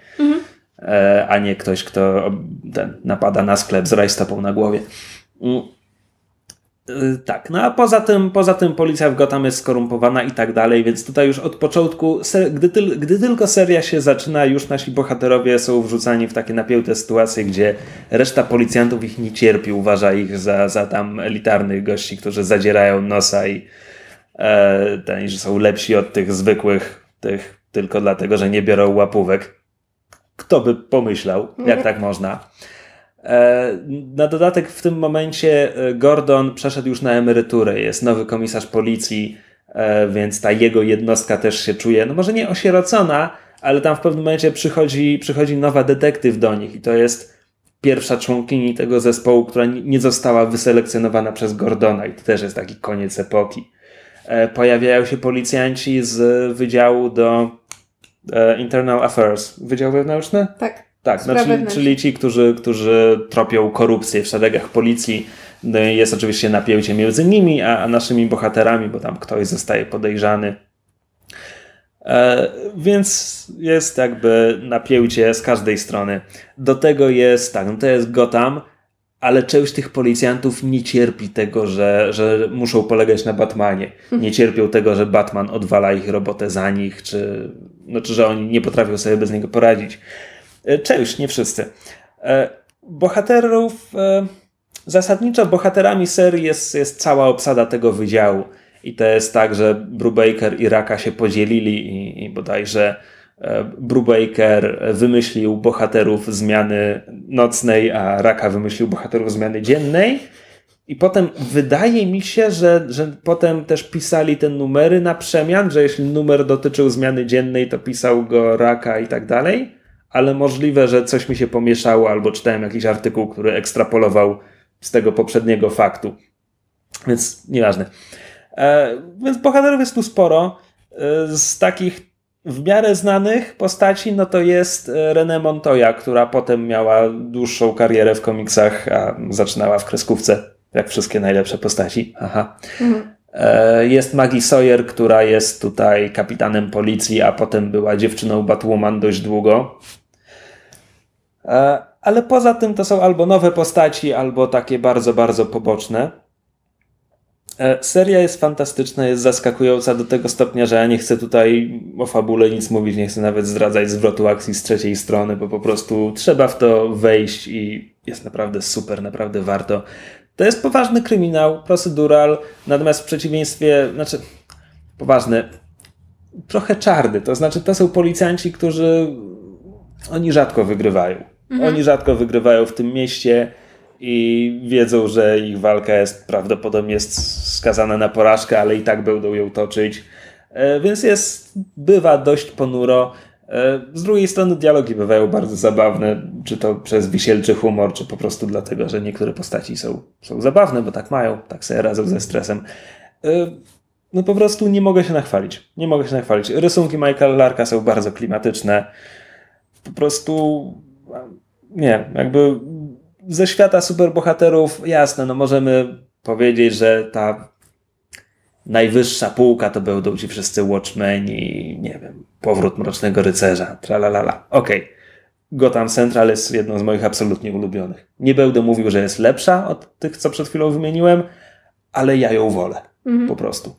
A nie ktoś, kto napada na sklep z rajstopą na głowie. Tak, no a poza tym policja w Gotham jest skorumpowana i tak dalej, więc tutaj już od początku, gdy tylko seria się zaczyna, już nasi bohaterowie są wrzucani w takie napięte sytuacje, gdzie reszta policjantów ich nie cierpi, uważa ich za tam elitarnych gości, którzy zadzierają nosa i że są lepsi od tych zwykłych, tych tylko dlatego, że nie biorą łapówek. Kto by pomyślał, jak tak można? Na dodatek w tym momencie Gordon przeszedł już na emeryturę, jest nowy komisarz policji, więc ta jego jednostka też się czuje, no może nie osierocona, ale tam w pewnym momencie przychodzi nowa detektyw do nich i to jest pierwsza członkini tego zespołu, która nie została wyselekcjonowana przez Gordona i to też jest taki koniec epoki. Pojawiają się policjanci z Wydziału do Internal Affairs. Wydział wewnętrzny? Tak, no, czyli ci, którzy tropią korupcję w szeregach policji. No jest oczywiście napięcie między nimi, a naszymi bohaterami, bo tam ktoś zostaje podejrzany. Więc jest jakby napięcie z każdej strony. Do tego jest, tak, no to jest Gotham, ale część tych policjantów nie cierpi tego, że muszą polegać na Batmanie. Nie cierpią tego, że Batman odwala ich robotę za nich, czy że oni nie potrafią sobie bez niego poradzić. Część, nie wszyscy. Bohaterów, zasadniczo bohaterami serii jest cała obsada tego wydziału. I to jest tak, że Brubaker i Raka się podzielili i bodajże Brubaker wymyślił bohaterów zmiany nocnej, a Raka wymyślił bohaterów zmiany dziennej. I potem wydaje mi się, że potem też pisali te numery na przemian, że jeśli numer dotyczył zmiany dziennej, to pisał go Raka i tak dalej. Ale możliwe, że coś mi się pomieszało, albo czytałem jakiś artykuł, który ekstrapolował z tego poprzedniego faktu. Więc nieważne. Więc bohaterów jest tu sporo. Z takich w miarę znanych postaci, no to jest Renée Montoya, która potem miała dłuższą karierę w komiksach, a zaczynała w kreskówce, jak wszystkie najlepsze postaci. Aha. Jest Maggie Sawyer, która jest tutaj kapitanem policji, a potem była dziewczyną Batwoman dość długo. Ale poza tym to są albo nowe postaci, albo takie bardzo, bardzo poboczne. Seria jest fantastyczna, jest zaskakująca do tego stopnia, że ja nie chcę tutaj o fabule nic mówić, nie chcę nawet zdradzać zwrotu akcji z trzeciej strony, bo po prostu trzeba w to wejść i jest naprawdę super, naprawdę warto. To jest poważny kryminał, procedural, natomiast w przeciwieństwie, poważny, trochę czarny, to znaczy to są policjanci, którzy oni rzadko wygrywają. Oni rzadko wygrywają w tym mieście i wiedzą, że ich walka jest prawdopodobnie skazana na porażkę, ale i tak będą ją toczyć. Więc bywa dość ponuro. Z drugiej strony dialogi bywają bardzo zabawne, czy to przez wisielczy humor, czy po prostu dlatego, że niektóre postaci są zabawne, bo tak mają, tak sobie radzą ze stresem. No po prostu nie mogę się nachwalić. Rysunki Michaela Larka są bardzo klimatyczne. Po prostu jakby ze świata superbohaterów, jasne, no możemy powiedzieć, że ta najwyższa półka to będą ci wszyscy Watchmeni, nie wiem, Powrót Mrocznego Rycerza, tralalala. Okej. Gotham Central jest jedną z moich absolutnie ulubionych. Nie będę mówił, że jest lepsza od tych, co przed chwilą wymieniłem, ale ja ją wolę. Po prostu.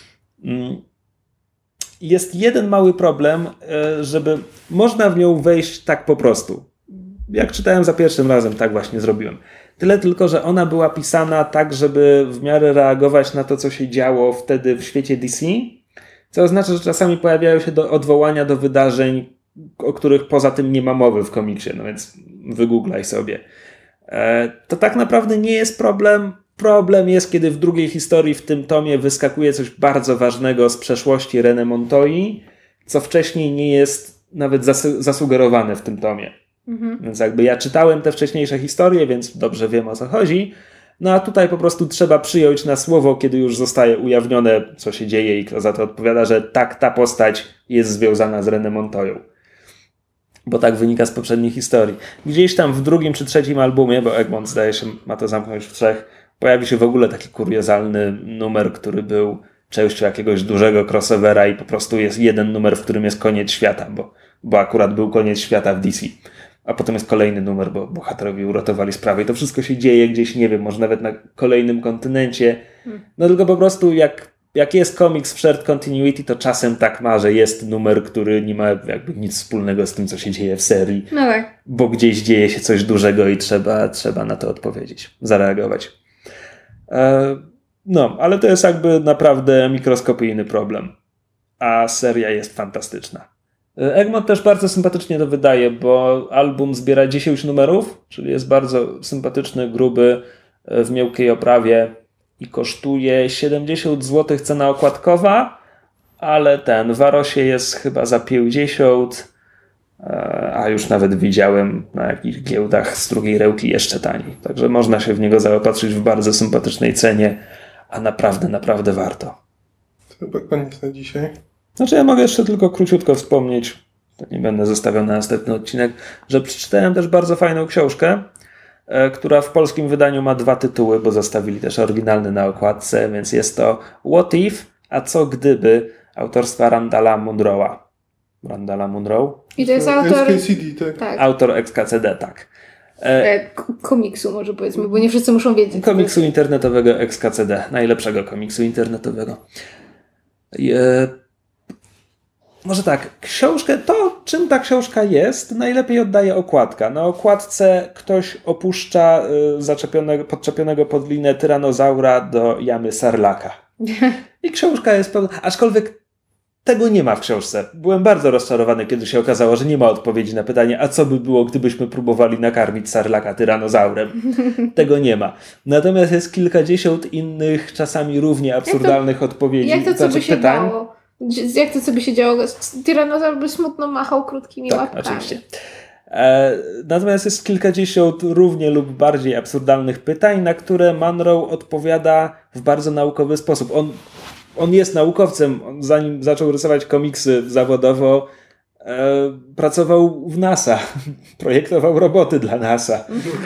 Jest jeden mały problem, żeby można w nią wejść tak po prostu. Jak czytałem za pierwszym razem, tak właśnie zrobiłem. Tyle tylko, że ona była pisana tak, żeby w miarę reagować na to, co się działo wtedy w świecie DC, co oznacza, że czasami pojawiają się odwołania do wydarzeń, o których poza tym nie ma mowy w komiksie, no więc wygooglaj sobie. To tak naprawdę nie jest problem. Problem jest, kiedy w drugiej historii w tym tomie wyskakuje coś bardzo ważnego z przeszłości Renée Montoi, co wcześniej nie jest nawet zasugerowane w tym tomie. Więc jakby ja czytałem te wcześniejsze historie, więc dobrze wiem, o co chodzi. No a tutaj po prostu trzeba przyjąć na słowo, kiedy już zostaje ujawnione, co się dzieje i kto za to odpowiada, że tak, ta postać jest związana z Renée Montoyą. Bo tak wynika z poprzedniej historii. Gdzieś tam w drugim czy trzecim albumie, bo Egmont zdaje się ma to zamknąć w 3, pojawi się w ogóle taki kuriozalny numer, który był częścią jakiegoś dużego crossovera i po prostu jest jeden numer, w którym jest koniec świata, bo akurat był koniec świata w DC. a potem jest kolejny numer, bo bohaterowie uratowali sprawę i to wszystko się dzieje gdzieś, nie wiem, może nawet na kolejnym kontynencie. No tylko po prostu jak jest komiks w shared continuity, to czasem tak ma, że jest numer, który nie ma jakby nic wspólnego z tym, co się dzieje w serii. No tak. Bo gdzieś dzieje się coś dużego i trzeba na to odpowiedzieć, zareagować. No, ale to jest jakby naprawdę mikroskopijny problem. A seria jest fantastyczna. Egmont też bardzo sympatycznie to wydaje, bo album zbiera 10 numerów, czyli jest bardzo sympatyczny, gruby, w miękkiej oprawie i kosztuje 70 zł cena okładkowa, ale w Arosie jest chyba za 50, a już nawet widziałem na jakichś giełdach z drugiej ręki jeszcze taniej. Także można się w niego zaopatrzyć w bardzo sympatycznej cenie, a naprawdę, naprawdę warto. Chyba koniec na dzisiaj. Znaczy ja mogę jeszcze tylko króciutko wspomnieć, to nie będę zostawiał na następny odcinek, że przeczytałem też bardzo fajną książkę, która w polskim wydaniu ma 2 tytuły, bo zostawili też oryginalny na okładce, więc jest to What If, a co gdyby, autorstwa Randalla Munroe'a. Randalla Munroe? I to jest autor... XKCD, tak. Autor XKCD, tak. Komiksu może powiedzmy, bo nie wszyscy muszą wiedzieć. Komiksu internetowego XKCD, najlepszego komiksu internetowego. Może tak, książkę, to czym ta książka jest, najlepiej oddaje okładka. Na okładce ktoś opuszcza podczepionego pod linę tyranozaura do jamy sarlaka. I książka jest pełna, aczkolwiek tego nie ma w książce. Byłem bardzo rozczarowany, kiedy się okazało, że nie ma odpowiedzi na pytanie, a co by było, gdybyśmy próbowali nakarmić sarlaka tyranozaurem. Tego nie ma. Natomiast jest kilkadziesiąt innych, czasami równie absurdalnych odpowiedzi. Jak to, co by się dało? Jak to, co by się działo? Tyranozaur by smutno machał krótkimi łapkami. Oczywiście. Natomiast jest kilkadziesiąt równie lub bardziej absurdalnych pytań, na które Munroe odpowiada w bardzo naukowy sposób. On jest naukowcem. Zanim zaczął rysować komiksy zawodowo, pracował w NASA. Projektował roboty dla NASA.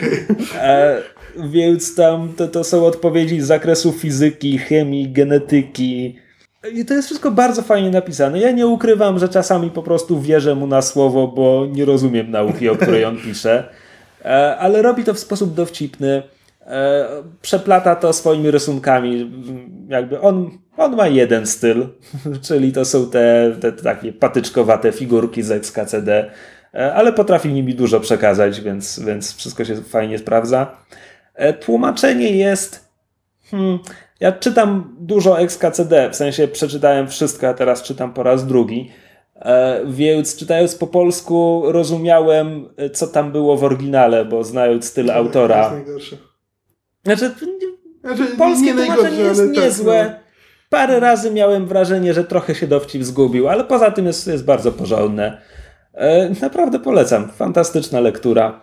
Więc tam to są odpowiedzi z zakresu fizyki, chemii, genetyki. I to jest wszystko bardzo fajnie napisane. Ja nie ukrywam, że czasami po prostu wierzę mu na słowo, bo nie rozumiem nauki, o której on pisze. Ale robi to w sposób dowcipny. Przeplata to swoimi rysunkami. Jakby on ma jeden styl, czyli to są te takie patyczkowate figurki z XKCD, ale potrafi nimi dużo przekazać, więc wszystko się fajnie sprawdza. Tłumaczenie jest... Ja czytam dużo XKCD, w sensie przeczytałem wszystko, a teraz czytam po raz drugi. Więc czytając po polsku rozumiałem, co tam było w oryginale, bo znając styl autora. Znaczy polskie tłumaczenie jest niezłe. Tak, no. Parę razy miałem wrażenie, że trochę się dowcip zgubił, ale poza tym jest bardzo porządne. Naprawdę polecam. Fantastyczna lektura.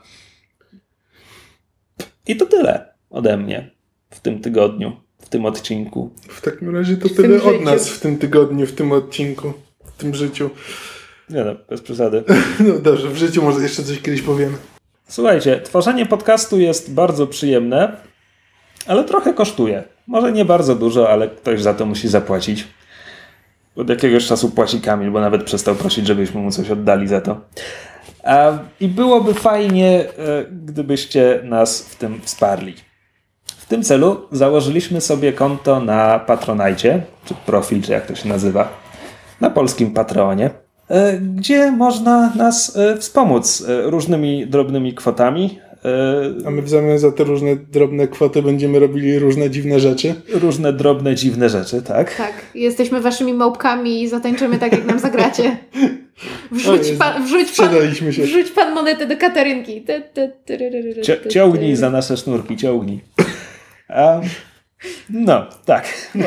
I to tyle ode mnie w tym tygodniu, w tym odcinku. W takim razie to tyle od nas w tym tygodniu, w tym odcinku, w tym życiu. Nie no, bez przesady. No dobrze, w życiu może jeszcze coś kiedyś powiemy. Słuchajcie, tworzenie podcastu jest bardzo przyjemne, ale trochę kosztuje. Może nie bardzo dużo, ale ktoś za to musi zapłacić. Od jakiegoś czasu płaci Kamil, bo nawet przestał prosić, żebyśmy mu coś oddali za to. I byłoby fajnie, gdybyście nas w tym wsparli. W tym celu założyliśmy sobie konto na Patronite, czy profil, czy jak to się nazywa, na polskim Patreonie, gdzie można nas wspomóc różnymi drobnymi kwotami. A my w zamian za te różne drobne kwoty będziemy robili różne dziwne rzeczy. Różne drobne, dziwne rzeczy, tak? Tak. Jesteśmy waszymi małpkami i zatańczymy tak, jak nam zagracie. Wrzuć pan monetę do Katarynki. Ciągnij za nasze sznurki, ciągnij. No, tak.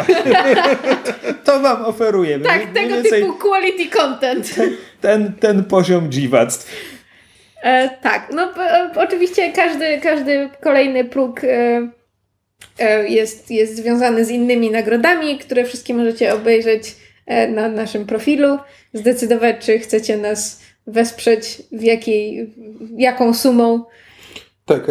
To wam oferujemy. Tak, tego typu quality content. Ten poziom dziwactw. Tak, no oczywiście każdy kolejny próg jest związany z innymi nagrodami, które wszystkie możecie obejrzeć na naszym profilu. Zdecydować, czy chcecie nas wesprzeć, jaką sumą. Tak, a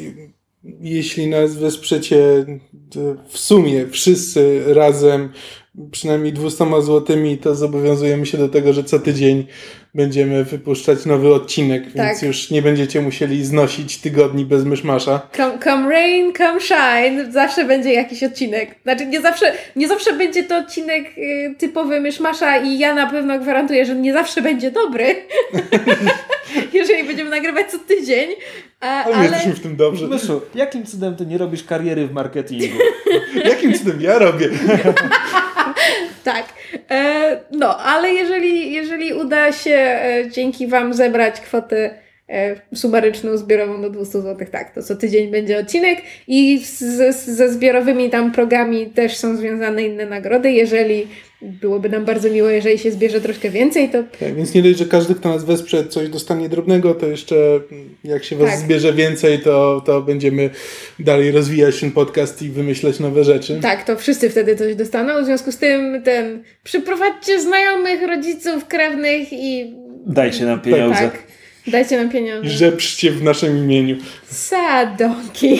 jeśli nas wesprzecie w sumie wszyscy razem przynajmniej 200 złotymi, to zobowiązujemy się do tego, że co tydzień będziemy wypuszczać nowy odcinek, więc już nie będziecie musieli znosić tygodni bez myszmasza. Come rain, come shine, zawsze będzie jakiś odcinek. Znaczy nie zawsze będzie to odcinek typowy myszmasza i ja na pewno gwarantuję, że nie zawsze będzie dobry, jeżeli będziemy nagrywać co tydzień. Ale jesteśmy w tym dobrzy. Myszu, jakim cudem ty nie robisz kariery w marketingu? Jakim cudem ja robię? Tak. No, ale jeżeli uda się dzięki Wam zebrać kwotę sumaryczną, zbiorową do 200 zł, tak, to co tydzień będzie odcinek i ze zbiorowymi tam progami też są związane inne nagrody. Jeżeli byłoby nam bardzo miło, jeżeli się zbierze troszkę więcej, to... Tak, więc nie dość, że każdy, kto nas wesprze, coś dostanie drobnego, to jeszcze jak się was zbierze więcej, to będziemy dalej rozwijać ten podcast i wymyślać nowe rzeczy. Tak, to wszyscy wtedy coś dostaną. W związku z tym przyprowadźcie znajomych, rodziców, krewnych i... Dajcie nam pieniądze. Tak, dajcie nam pieniądze. I żebrzcie w naszym imieniu. Sad donkey.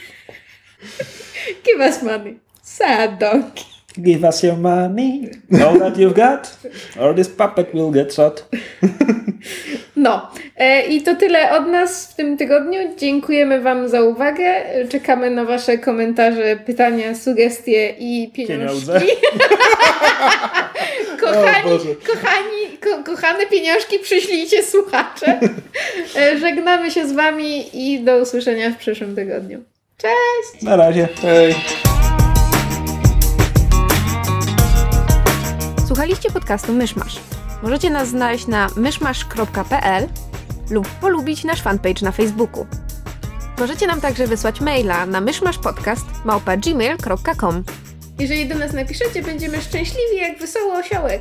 Give us money. Sad donkey. Give us your money, all that you've got, or this puppet will get shot. No, i to tyle od nas w tym tygodniu. Dziękujemy Wam za uwagę. Czekamy na Wasze komentarze, pytania, sugestie i pieniążki. Kochane pieniążki, przyślijcie słuchacze. Żegnamy się z Wami i do usłyszenia w przyszłym tygodniu. Cześć! Na razie. Hej. Słuchaliście podcastu Myszmasz. Możecie nas znaleźć na myszmasz.pl lub polubić nasz fanpage na Facebooku. Możecie nam także wysłać maila na myszmaszpodcast@gmail.com. Jeżeli do nas napiszecie, będziemy szczęśliwi jak wesoły osiołek.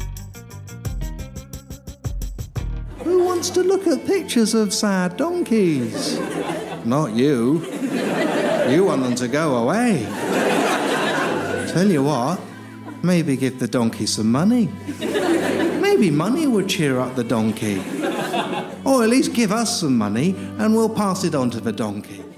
Who wants to look at pictures of sad donkeys? Not you. You want them to go away. Tell you what, maybe give the donkey some money. Maybe money would cheer up the donkey. Or at least give us some money and we'll pass it on to the donkey.